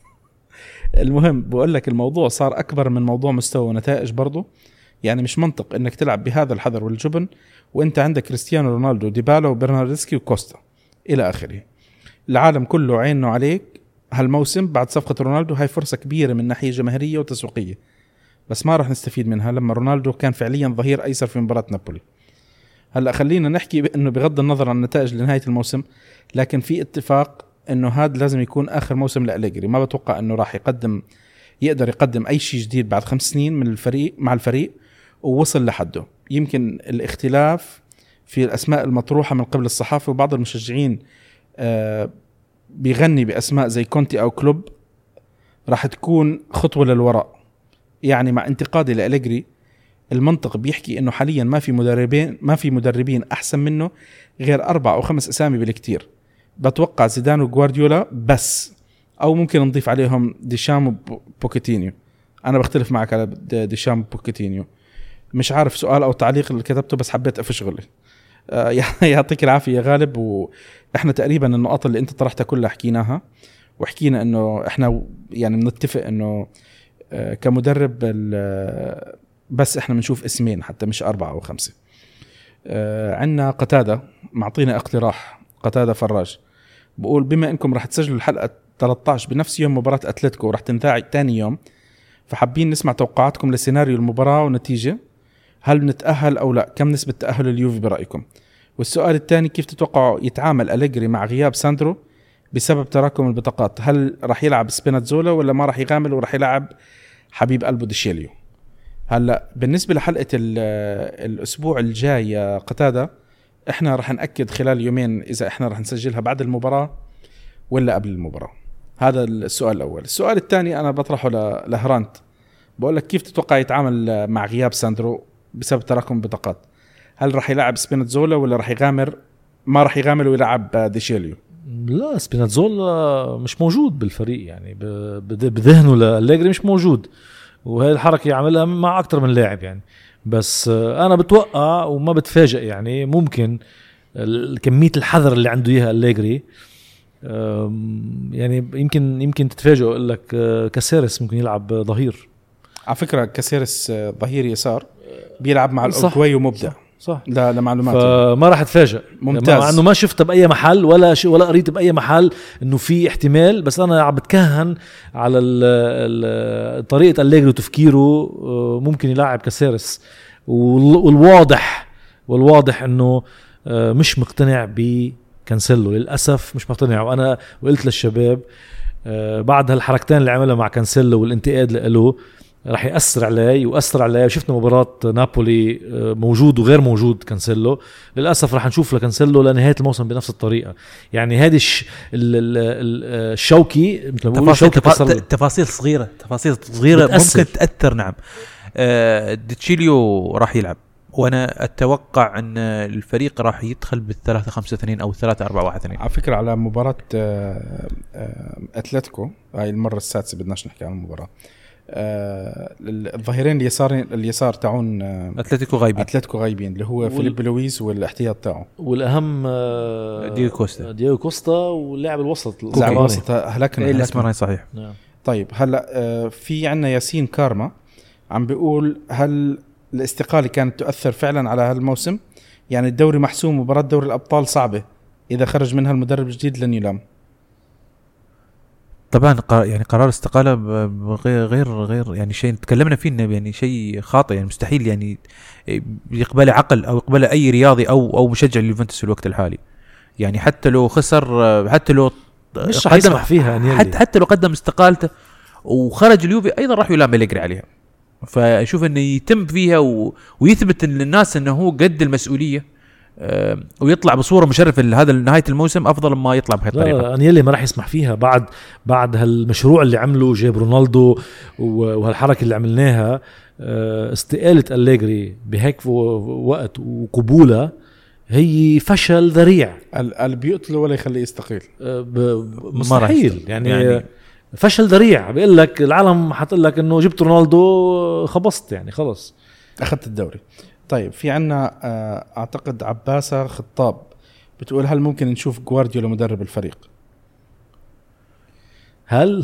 المهم بقول لك الموضوع صار اكبر من موضوع مستوى ونتائج برضه. يعني مش منطق انك تلعب بهذا الحذر والجبن وانت عندك كريستيانو رونالدو ديبالا وبرناردسكي وكوستا الى اخره. العالم كله عينه عليك هالموسم بعد صفقة رونالدو. هاي فرصة كبيرة من ناحية جماهيرية وتسويقية، بس ما راح نستفيد منها لما رونالدو كان فعليا ظهير ايسر في مباراة نابولي. هلا خلينا نحكي انه بغض النظر عن النتائج لنهاية الموسم، لكن في اتفاق انه هذا لازم يكون اخر موسم لأليجري. ما بتوقع انه راح يقدم يقدر يقدم اي شيء جديد بعد خمس سنين من الفريق مع الفريق ووصل لحده. يمكن الاختلاف في الاسماء المطروحة من قبل الصحافة، وبعض المشجعين آه بيغني باسماء زي كونتي او كلوب راح تكون خطوة للوراء. يعني مع انتقادي لأليجري المنطق بيحكي انه حاليا ما في مدربين ما في مدربين احسن منه غير اربع او خمس اسامي بالكتير. بتوقع زيدان وغوارديولا بس، او ممكن نضيف عليهم ديشام وبوكيتينيو. انا بختلف معك على ديشام وبوكيتينيو. مش عارف سؤال او تعليق اللي كتبته بس حبيت افشغله. آه يعطيك العافيه يا غالب. واحنا تقريبا النقاط اللي انت طرحتها كلها حكيناها، وحكينا انه احنا يعني بنتفق انه آه كمدرب بس احنا بنشوف اسمين حتى مش أربعة أو خمسة. آه عنا قتادة معطينا اقتراح. قتادة فراج بقول: بما انكم راح تسجلوا الحلقة ثلاثة عشر بنفس يوم مباراة أتلتيكو وراح تنذاع تاني يوم، فحابين نسمع توقعاتكم لسيناريو المباراة ونتيجة. هل نتأهل أو لا؟ كم نسبة تأهل اليوفي برأيكم؟ والسؤال الثاني: كيف تتوقعوا يتعامل أليجري مع غياب ساندرو بسبب تراكم البطاقات؟ هل راح يلعب سبيناتزولا ولا ما راح يغامل وراح يلعب حبيب قلبه ديشيليو؟ هلا بالنسبه لحلقه الاسبوع الجاي يا قتاده، احنا راح ناكد خلال يومين اذا احنا راح نسجلها بعد المباراه ولا قبل المباراه. هذا السؤال الاول. السؤال الثاني انا بطرحه لهرانت، بقول لك: كيف تتوقع يتعامل مع غياب ساندرو بسبب تراكم البطاقات؟ هل راح يلعب سبيناتزولا ولا راح يغامر ما راح يغامر ويلعب ديشيليو؟ لا، سبيناتزولا مش موجود بالفريق، يعني بذهنه لأليجري مش موجود، وهي الحركة يعملها مع أكتر من لاعب يعني. بس أنا بتوقع وما بتفاجئ يعني ممكن كمية الحذر اللي عنده إياها أليجري يعني يمكن يمكن تتفاجئوا. أقول لك كاسيرس ممكن يلعب ظهير. على فكرة كاسيرس ظهير يسار بيلعب مع الأوروغواي ومبدع. صح. لا لمعلومات فما راح اتفاجئ. ممتاز. مع انه ما شفته باي محل ولا ش... ولا قريت باي محل انه في احتمال، بس انا عم بتكهن على ال... ال... طريقه أليجري وتفكيره. ممكن يلعب كاسيرس، والواضح والواضح انه مش مقتنع بكانسيلو للاسف، مش مقتنع. وانا وقلت للشباب بعد هالحركتين اللي عملها مع كانسيلو والانتقاد له راح يأثر عليه وأثر عليه. وشفنا مباراة نابولي موجود وغير موجود كانسيلو. للأسف راح نشوف لكانسيلو لنهاية الموسم بنفس الطريقة. يعني هذه الشوكي مثل ما تفاصيل, تفاصيل, تفاصيل صغيرة تفاصيل صغيرة ممكن تأثر. نعم. آه ديتشيليو راح يلعب، وأنا أتوقع أن الفريق راح يدخل بالثلاثة خمسة اثنين أو الثلاثة أربعة واحد اثنين. على فكرة على مباراة أتلتيكو هاي المرة السادسة بدناش نحكي عن المباراة. آه الظهيرين اليسارين اليسار تاعون آه اتلتيكو غايبين اتلتيكو غايبين اللي هو وال... فيليب لويس والاحتياط تاعه، والاهم آه دييغو كوستا دييغو كوستا واللاعب الوسط لاعب الوسط هلكنا إيه الاسمراني صحيح. نعم. طيب هلا آه في عنا ياسين كارما عم بيقول هل الاستقالة كانت تؤثر فعلا على هالموسم؟ يعني الدوري محسوم ومباراة دوري الأبطال صعبة، إذا خرج منها المدرب الجديد لن يلام. طبعا يعني قرار استقالة غير غير غير يعني شيء تكلمنا فيه انه يعني شيء خاطئ، يعني مستحيل يعني يقبله عقل او يقبله اي رياضي او او مشجع لليوفنتوس في الوقت الحالي. يعني حتى لو خسر، حتى لو مش راح يسمح فيها، حتى حتى لو قدم استقالته وخرج اليوفي ايضا راح يلام أليجري عليها. فشوف انه يتم فيها و... ويثبت للناس انه هو قد المسؤوليه، أه ويطلع بصوره مشرفه لهذا نهايه الموسم افضل ما يطلع بهذه الطريقه. انيلي ما راح يسمح فيها بعد بعد هالمشروع اللي عمله جاب رونالدو وهالحركه اللي عملناها. استقاله أليجري بهيك وقت وقبوله هي فشل ذريع. اللي بيقتله ولا يخليه يستقيل مستحيل يعني, يعني فشل ذريع. بيقول لك العالم حتقول لك انه جبت رونالدو خبصت يعني خلص اخذت الدوري. طيب في عنا اعتقد عباسة خطاب بتقول هل ممكن نشوف جوارديولا مدرب الفريق؟ هل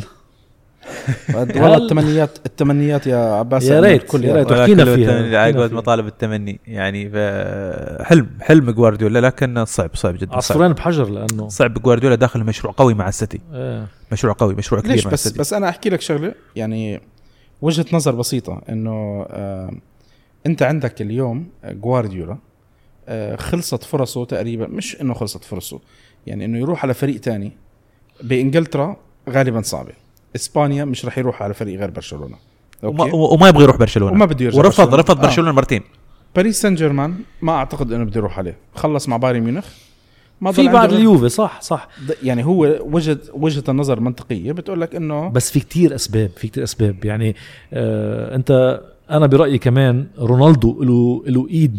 والله التمنيات التمنيات يا عباسة يا ريت يا ريت تحكينا فيها عقد مطالب التمني يعني حلم حلم جوارديولا، لكن صعب صعب جدا، عصفورين بحجر لانه صعب. جوارديولا داخل مشروع قوي مع السيتي اه. مشروع قوي مشروع كبير مع بس السيتي. بس انا احكي لك شغله يعني وجهة نظر بسيطة انه آه انت عندك اليوم جوارديولا آه خلصت فرصه تقريبا، مش انه خلصت فرصه يعني انه يروح على فريق تاني بانجلترا غالبا صعبه. اسبانيا مش رح يروح على فريق غير برشلونه وما, وما يبغى يروح برشلونه وما بده يرجع ورفض برشلونة. رفض برشلونه آه. مرتين. باريس سان جيرمان ما اعتقد انه بده يروح عليه، خلص مع بايرن ميونخ ما في بعد اليوفي صح صح يعني هو وجهه وجهه النظر منطقيه بتقول لك انه بس في كتير اسباب في كتير اسباب يعني آه انت انا برايي كمان رونالدو له له ايد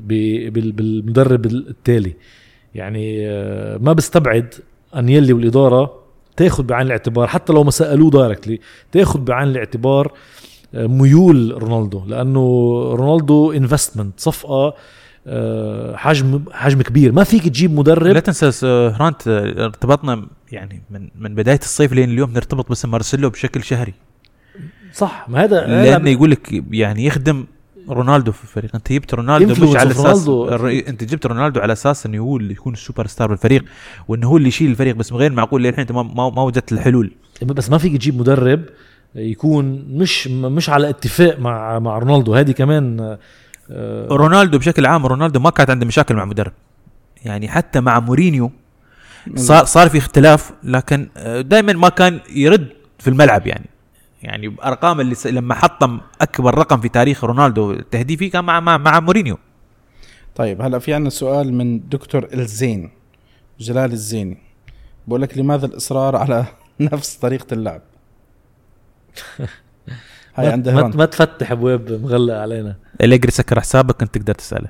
بالمدرب التالي يعني آه ما بستبعد انيلي والاداره تاخد بعين الاعتبار حتى لو ما سالوه دايركتلي تاخد بعين الاعتبار آه ميول رونالدو، لانه رونالدو انفستمنت صفقه حجم حجم كبير ما فيك تجيب مدرب. لا تنسى هرانت ارتبطنا يعني من من بدايه الصيف لين اليوم نرتبط بس مارسيلو بشكل شهري صح. ما هذا لانه يقول لك يعني يخدم رونالدو في الفريق. انت جبت رونالدو مش على اساس انت جبت رونالدو على اساس انه هو اللي يكون السوبر ستار بالفريق وانه هو اللي يشيل الفريق، بس غير معقول للحين انت ما ما وجدت الحلول. بس ما فيك تجيب مدرب يكون مش مش على اتفاق مع مع رونالدو. هذه كمان رونالدو بشكل عام رونالدو ما كانت عنده مشاكل مع مدرب يعني حتى مع مورينيو صار صار في اختلاف، لكن دائما ما كان يرد في الملعب يعني يعني ارقام اللي لما حطم اكبر رقم في تاريخ رونالدو تهديفي كان مع مع, مع مورينيو. طيب هلا في عندنا سؤال من دكتور الزين جلال الزيني بقول لك لماذا الاصرار على نفس طريقه اللعب؟ هاي عنده ما, ما تفتح ابواب مغلق علينا. أليجري سكر حسابك كنت تقدر تساله.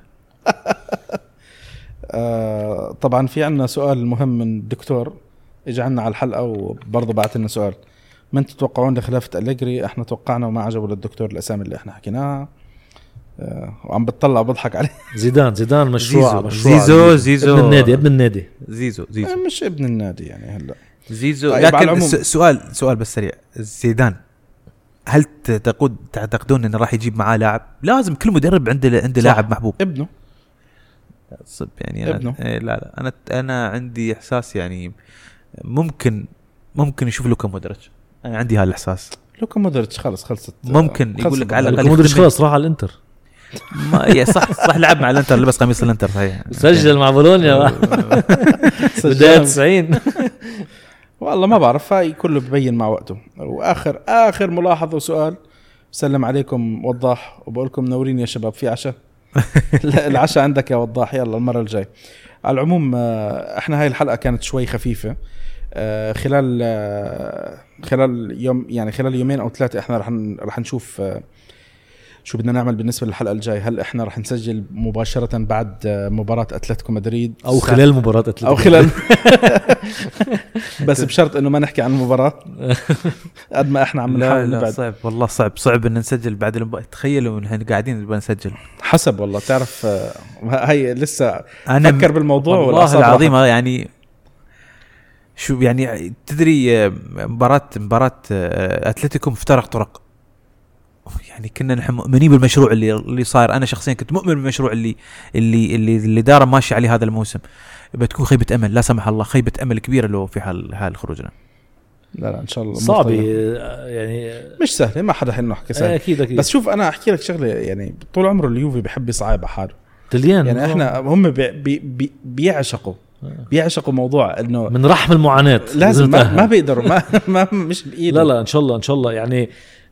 آه طبعا في عنا سؤال مهم من الدكتور اجى عنا على الحلقه وبرضه بعت لنا سؤال، من تتوقعون لخلافه أليجري؟ احنا توقعنا وما عجبه للدكتور الاسامي اللي احنا حكيناها آه وعم بتطلع وبضحك عليه. زيدان زيدان مشروع زيزو مشروع زيزو, زيزو ابن النادي ابن النادي زيزو زيزو آه مش ابن النادي يعني هلا زيزو. طيب لكن سؤال سؤال بس سريع، زيدان هل تعتقد تعتقدون انه راح يجيب معاه لاعب؟ لازم كل مدرب عنده عنده لاعب محبوب. ابنه صب يعني أنا ابنه. إيه لا لا انا انا عندي احساس يعني ممكن ممكن يشوف لوكا مودريتش. انا عندي هالاحساس لوكا مودريتش خلص خلصت ممكن يقول لك على الاقل مودريتش خلص راح على الانتر. ما يا صح صح لعب مع الانتر لبس قميص الانتر صحيح سجل مع بولونيا بداية تسعين. والله ما بعرف هاي كله ببين مع وقته. واخر اخر ملاحظه وسؤال، سلم عليكم وضاح وبقول لكم منورين يا شباب في عشاء. العشاء عندك يا وضاح يلا المره الجاي. على العموم احنا هاي الحلقه كانت شوي خفيفه خلال خلال يوم يعني خلال يومين او ثلاثه احنا رح رح نشوف شو بدنا نعمل بالنسبه للحلقه الجاي. هل احنا رح نسجل مباشره بعد مباراه اتلتيكو مدريد او خلال مباراه اتلتيكو او خلال بس بشرط انه ما نحكي عن المباراه قد ما احنا عم نحاول لا, لا نبعد. صعب والله صعب صعب ان نسجل بعد المباراه. تخيلوا ان احنا قاعدين نبغى نسجل حسب والله تعرف هاي لسه انا فكر بالموضوع والله العظيم يعني شو يعني تدري مباراة مباراة اتلتيكو مفترق طرق يعني كنا نحن مؤمنين بالمشروع اللي اللي صاير. انا شخصيا كنت مؤمن بالمشروع اللي اللي اللي اللي دار ماشي عليه هذا الموسم. بتكون خيبة امل لا سمح الله خيبة امل كبيرة لو في حال حال خروجنا. لا لا ان شاء الله صعب يعني مش سهل ما حدا حنه حكي سهل اكيد اكيد. بس شوف انا احكي لك شغله يعني طول عمره اليوفي بحب يصعب حاله تليان يعني احنا هم بي بي بي بيعشقوا بيعشقوا موضوع انه من رحم المعاناه لازم ما, ما بيقدروا ما, ما مش بايده. لا لا ان شاء الله ان شاء الله يعني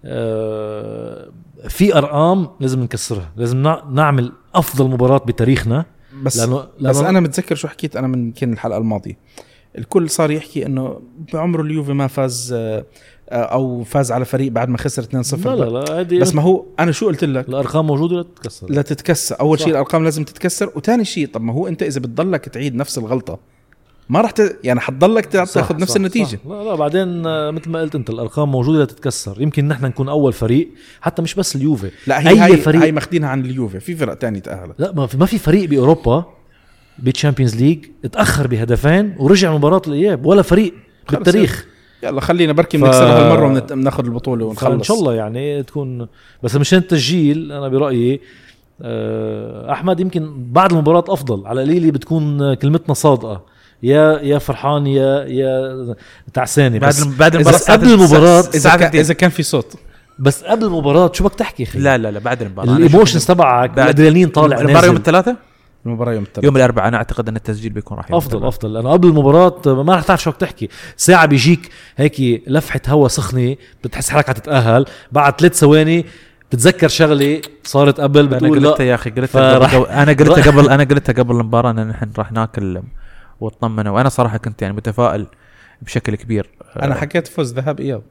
آه في ارقام لازم نكسرها. لازم نعمل افضل مباراه بتاريخنا. بس لأنه بس لأنه انا متذكر شو حكيت انا من كان الحلقه الماضيه الكل صار يحكي انه بعمره اليوفي ما فاز او فاز على فريق بعد ما خسر اثنين صفر. لا لا لا بس ما هو انا شو قلت لك الارقام موجوده لا تتكسر لا تتكسر. اول شيء الارقام لازم تتكسر وثاني شيء طب ما هو انت اذا بتضلك تعيد نفس الغلطه ما راح ت... يعني حتضلك تاخذ نفس صح النتيجه. صح. لا لا بعدين مثل ما قلت انت الارقام موجوده لا تتكسر. يمكن نحن نكون اول فريق حتى مش بس اليوفي. لا هي اي هاي فريق هاي ماخذينها عن اليوفي في فرق تانية تاهلت. لا ما في ما في فريق باوروبا بالتشامبيونز ليج اتاخر بهدفين ورجع مباراه الاياب ولا فريق بالتاريخ. يلا خلينا بركي بنكسرها ف... هالمره وناخذ البطوله ونخلص ان شاء الله يعني تكون. بس مشان التسجيل انا برايي احمد يمكن بعد المباراه افضل على القليل بتكون كلمتنا صادقه يا يا فرحان يا يا تعساني. بعد بس بعد المباراه قبل المباراه اذا كان اذا كان في صوت بس قبل المباراه شو بدك تحكي اخي؟ لا لا لا بعد المباراه الايموشنز تبعك الادرينالين طالع المباراه يوم الثلاثاء المباراه يوم الثلاثاء يوم الاربعاء. انا اعتقد ان التسجيل بيكون راح افضل افضل لانه قبل المباراه ما رح تعرف شو بدك تحكي. ساعه بيجيك هيك لفحه هواء سخنه بتحس حالك حتتاهل بعد ثلاث ثواني بتتذكر شغله صارت قبل بتقول انا قلتها يا اخي قلتها فرح... قبل انا قلتها قبل انا قلتها قبل المباراه ان نحن راح ناكل واطمن. وانا صراحه كنت يعني متفائل بشكل كبير. انا حكيت فوز ذهاب اياب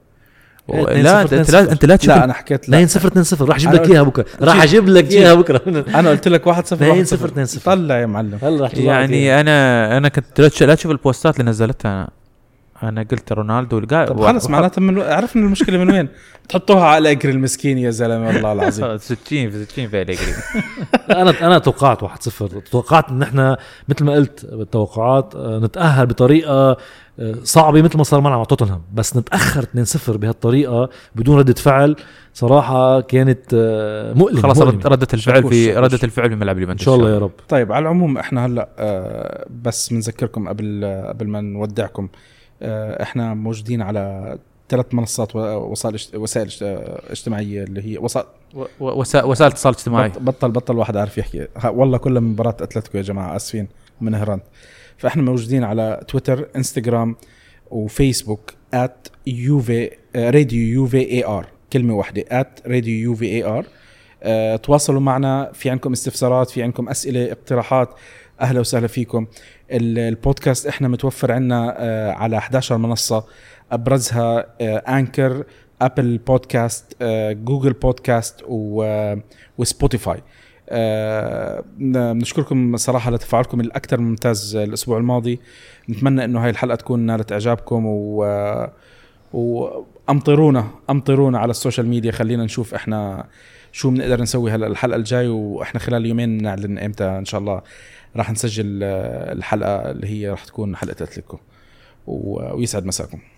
لا انت لا انت لا تشوف. لا انا حكيت اثنين صفر اثنين صفر راح اجيب لك اياها بكره راح اجيب لك اياها بكره. انا قلت لك واحد صفر اثنين صفر اثنين صفر طلع يا معلم هلا راح يعني انا انا كنت لا تشوف البوستات اللي نزلتها. انا انا قلت رونالدو القاء طب خلص معناته من عرفنا المشكله من وين. تحطوها على اجري المسكين يا زلمه والله العظيم. ستين في ستين في الاجري. انا انا توقعت واحد صفر. توقعت ان احنا مثل ما قلت بالتوقعات نتاهل بطريقه صعبه مثل ما صار معنا مع توتنهام. بس نتاخر اثنين صفر بهالطريقه بدون رده فعل صراحه كانت مؤلمه. خلاص ردة الفعل في ردة الفعل في ملعب اليوفنتوس ان شاء الله يا رب. طيب على العموم احنا هلا بس بنذكركم قبل قبل ما نودعكم احنا موجودين على ثلاث منصات وسائل وسائل اجتماعيه اللي هي وسائل وسائل اتصال اجتماعي. بطل بطل واحد عارف يحكي والله كل مباراه اتلتيكو يا جماعه اسفين من هرانت. فاحنا موجودين على تويتر انستغرام وفيسبوك ات يوفي راديو يوفي اي ار كلمه واحده ات راديو يوفي اي ار. اه تواصلوا معنا في عندكم استفسارات في عندكم اسئله اقتراحات اهلا وسهلا فيكم. البودكاست احنا متوفر عندنا اه على إحدى عشرة منصه ابرزها اه انكر ابل بودكاست اه جوجل بودكاست وسبوتيفاي. أه نشكركم صراحة لتفاعلكم الأكثر ممتاز الأسبوع الماضي. نتمنى إنه هاي الحلقة تكون نالت إعجابكم و... وأمطرونا أمطرونا على السوشيال ميديا. خلينا نشوف إحنا شو بنقدر نسوي هلا الحلقة الجاي. وإحنا خلال يومين نعلن إمتى إن شاء الله راح نسجل الحلقة اللي هي راح تكون حلقة أتلتيكو. ويسعد مساكم.